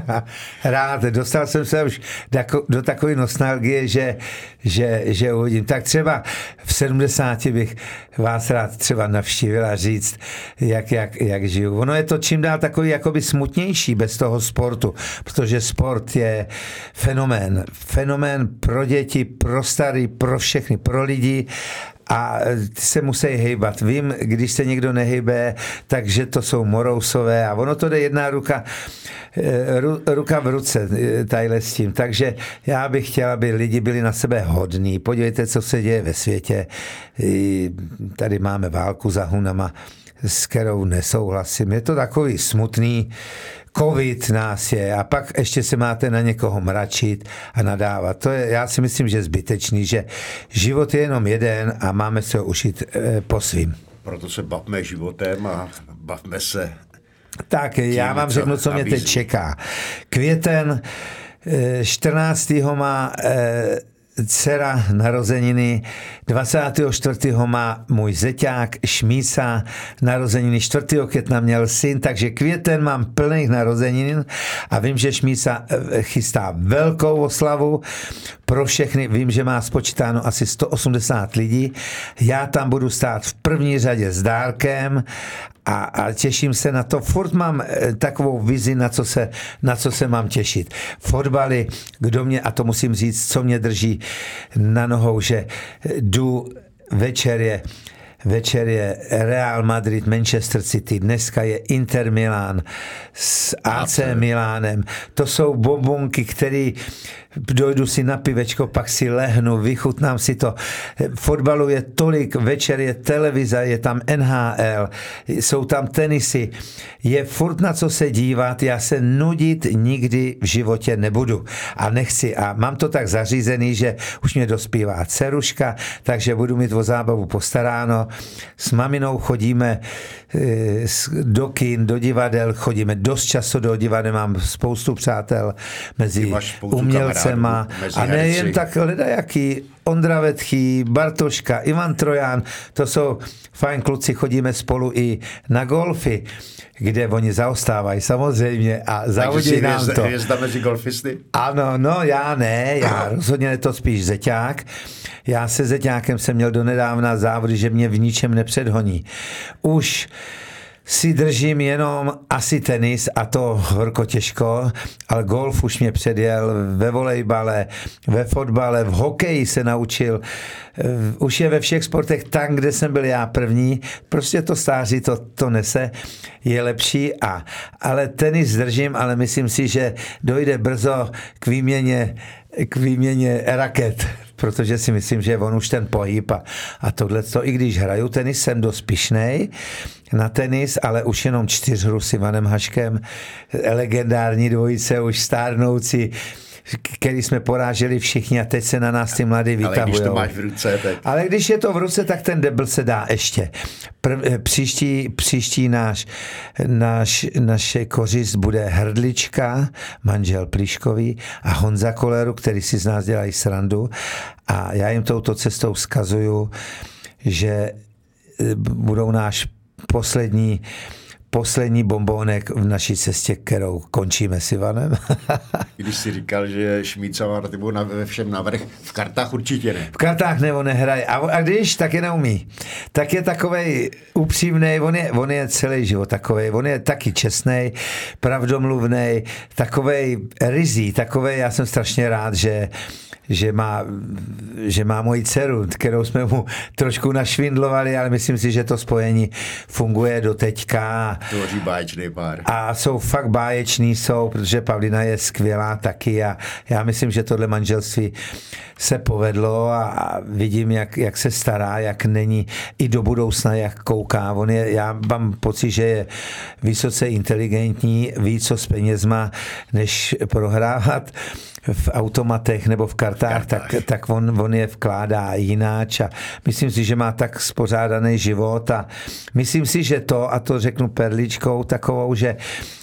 Rád, dostal jsem se už do takové nostalgie, že, že, že uvidím. Tak třeba v sedmdesáti bych vás rád třeba navštívil a říct, jak, jak, jak žiju. Ono je to čím dál takový jakoby smutnější bez toho sportu, protože sport je fenomén. Fenomén pro děti, pro starý, pro všechny, pro lidi. A se musí hejbat. Vím, když se někdo nehejbe, takže to jsou morousové a ono to jde jedna ruka, ru, ruka v ruce tadyhle s tím. Takže já bych chtěl, aby lidi byli na sebe hodní. Podívejte, co se děje ve světě. Tady máme válku za Hunama, s kterou nesouhlasím. Je to takový smutný. Covid nás je a pak ještě se máte na někoho mračit a nadávat. To je, já si myslím, že je zbytečný, že život je jenom jeden a máme se ho užít e, po svým. Proto se bavme životem a bavme se. Tak, tím, já vám řeknu, co nabízí. Mě teď čeká. Květen čtrnáctého má e, dcera narozeniny, dvacátého čtvrtého má můj zeťák Šmísa narozeniny, čtvrtého května měl syn, takže květen mám plných narozenin a vím, že Šmísa chystá velkou oslavu pro všechny, vím, že má spočítáno asi sto osmdesát lidí, já tam budu stát v první řadě s dárkem a, a těším se na to. Furt mám takovou vizi, na co se, na co se mám těšit. Fotbaly, kdo mě, a to musím říct, co mě drží na nohou, že jdu, večer je Večer je Real Madrid, Manchester City, dneska je Inter Milan s á cé Milánem. To jsou bombonky, které dojdu si na pivečko, pak si lehnu, vychutnám si to. Fotbalu je tolik, večer je televize, je tam en há el, jsou tam tenisy, je furt na co se dívat, já se nudit nikdy v životě nebudu a nechci a mám to tak zařízený, že už mě dospívá dceruška, takže budu mít o zábavu postaráno. S maminou chodíme do kin, do divadel, chodíme dost často do divadel, mám spoustu přátel mezi umělcema a nejen tak ledajaký, Ondra Vetchý, Bartoška, Ivan Trojan, to jsou fajn kluci, chodíme spolu i na golfy, kde oni zaostávají samozřejmě a závodí nám to. Hvězda mezi golfisty? Ano, no já ne, já rozhodně je to spíš zeťák. Já se zeťákem jsem měl donedávna závody, že mě v ničem nepředhoní. Už si držím jenom asi tenis a to horko těžko, ale golf už mě předjel, ve volejbale, ve fotbale, v hokeji se naučil, už je ve všech sportech tam, kde jsem byl já první, prostě to stáří, to, to nese, je lepší, a, ale tenis držím, ale myslím si, že dojde brzo k výměně, k výměně raket, protože si myslím, že on už ten pohyb a, a tohleto, i když hraju tenis, jsem dost pyšnej na tenis, ale už jenom čtyřhru s Ivanem Haškem, legendární dvojice, už stárnoucí, který jsme poráželi všichni a teď se na nás ty mladí vytahujou. Ale když to máš v ruce, tak... Ale když je to v ruce, tak ten debl se dá ještě. Prv, příští, příští náš, náš, naše kořist bude Hrdlička, manžel Pliškový a Honza Koleru, který si z nás dělají srandu. A já jim touto cestou vzkazuju, že budou náš poslední poslední bombónek v naší cestě, kterou končíme s Ivanem. Když jsi říkal, že Šmíd a Marty budou ve všem navrch, v kartách určitě ne. V kartách nebo nehraje. A, a když, tak je neumí. Tak je takovej upřímnej, on je, on je celý život takovej, on je taky čestnej, pravdomluvnej, takovej rizí, takovej, já jsem strašně rád, že že má, že má moji dceru, kterou jsme mu trošku našvindlovali, ale myslím si, že to spojení funguje do teďka. Tvoří báječný pár. A jsou fakt báječní, jsou, protože Pavlína je skvělá taky a já myslím, že tohle manželství se povedlo a vidím, jak, jak se stará, jak není i do budoucna, jak kouká. On je, já mám pocit, že je vysoce inteligentní, ví, co s penězma, než prohrávat v automatech nebo v kartách, tak, tak on, on je vkládá jináč a myslím si, že má tak spořádaný život a myslím si, že to, a to řeknu perličkou takovou, že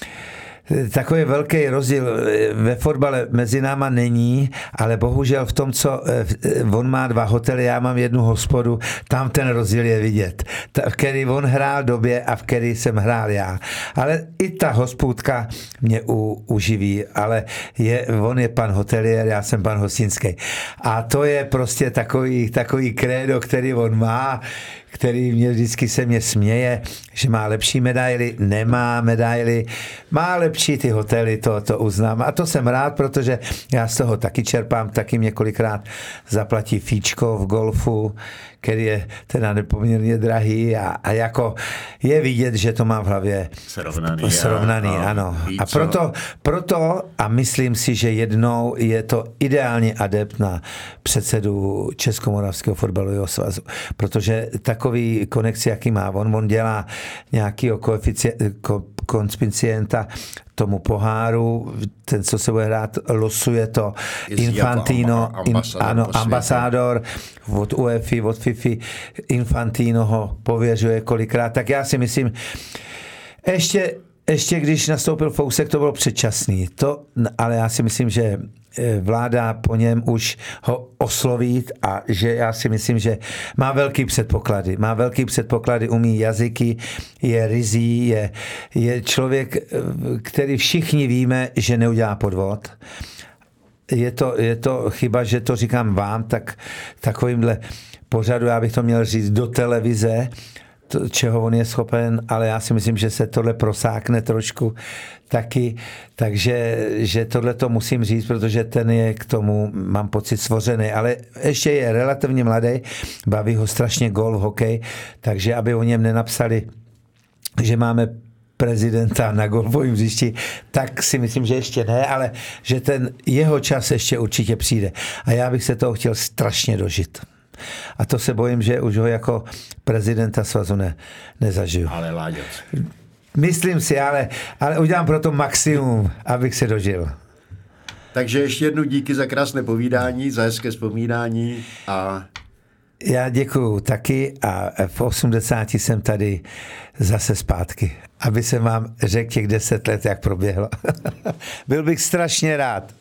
takový velký rozdíl ve fotbale mezi náma není, ale bohužel v tom, co on má dva hotely, já mám jednu hospodu, tam ten rozdíl je vidět. V který on hrál době a v který jsem hrál já. Ale i ta hospůdka mě u, uživí, ale je, on je pan hotelier, já jsem pan hostinský. A to je prostě takový, takový krédo, který on má, který mě vždycky se mě směje, že má lepší medaily, nemá medaily, má lepší ty hotely, to, to uznám. A to jsem rád, protože já z toho taky čerpám, taky mě kolikrát zaplatí fíčko v golfu, který je teda nepoměrně drahý a, a jako je vidět, že to má v hlavě srovnaný. srovnaný a, ano. A proto, proto, a myslím si, že jednou je to ideální adept na předsedu Českomoravského fotbalového svazu, protože takový konexi, jaký má, on, on dělá nějakýho koeficienta tomu poháru, ten, co se bude hrát, losuje to Infantino, jako ambasador, in, ano, ambasádor od UEFA, od FIFA, Infantino ho pověřuje kolikrát, tak já si myslím, ještě, ještě když nastoupil Fousek, to bylo předčasný, to, ale já si myslím, že vláda po něm už ho osloví a že já si myslím, že má velký předpoklady. Má velký předpoklady, umí jazyky, je rizí, je, je člověk, který všichni víme, že neudělá podvod. Je to, je to chyba, že to říkám vám, tak takovýmhle pořadu já bych to měl říct do televize, to, čeho on je schopen, ale já si myslím, že se tohle prosákne trošku taky, takže že tohle to musím říct, protože ten je k tomu, mám pocit, stvořený, ale ještě je relativně mladý, baví ho strašně gól v hokeji, takže aby o něm nenapsali, že máme prezidenta na golfovém hřišti, tak si myslím, že ještě ne, ale že ten jeho čas ještě určitě přijde. A já bych se toho chtěl strašně dožít. A to se bojím, že už ho jako prezidenta svazu ne, nezažiju. Ale Láďo. Myslím si, ale, ale udělám pro to maximum, abych se dožil. Takže ještě jednou díky za krásné povídání, za hezké vzpomínání a... Já děkuju taky a v osmdesáti jsem tady zase zpátky, aby jsem vám řekl těch deset let, jak proběhlo. Byl bych strašně rád.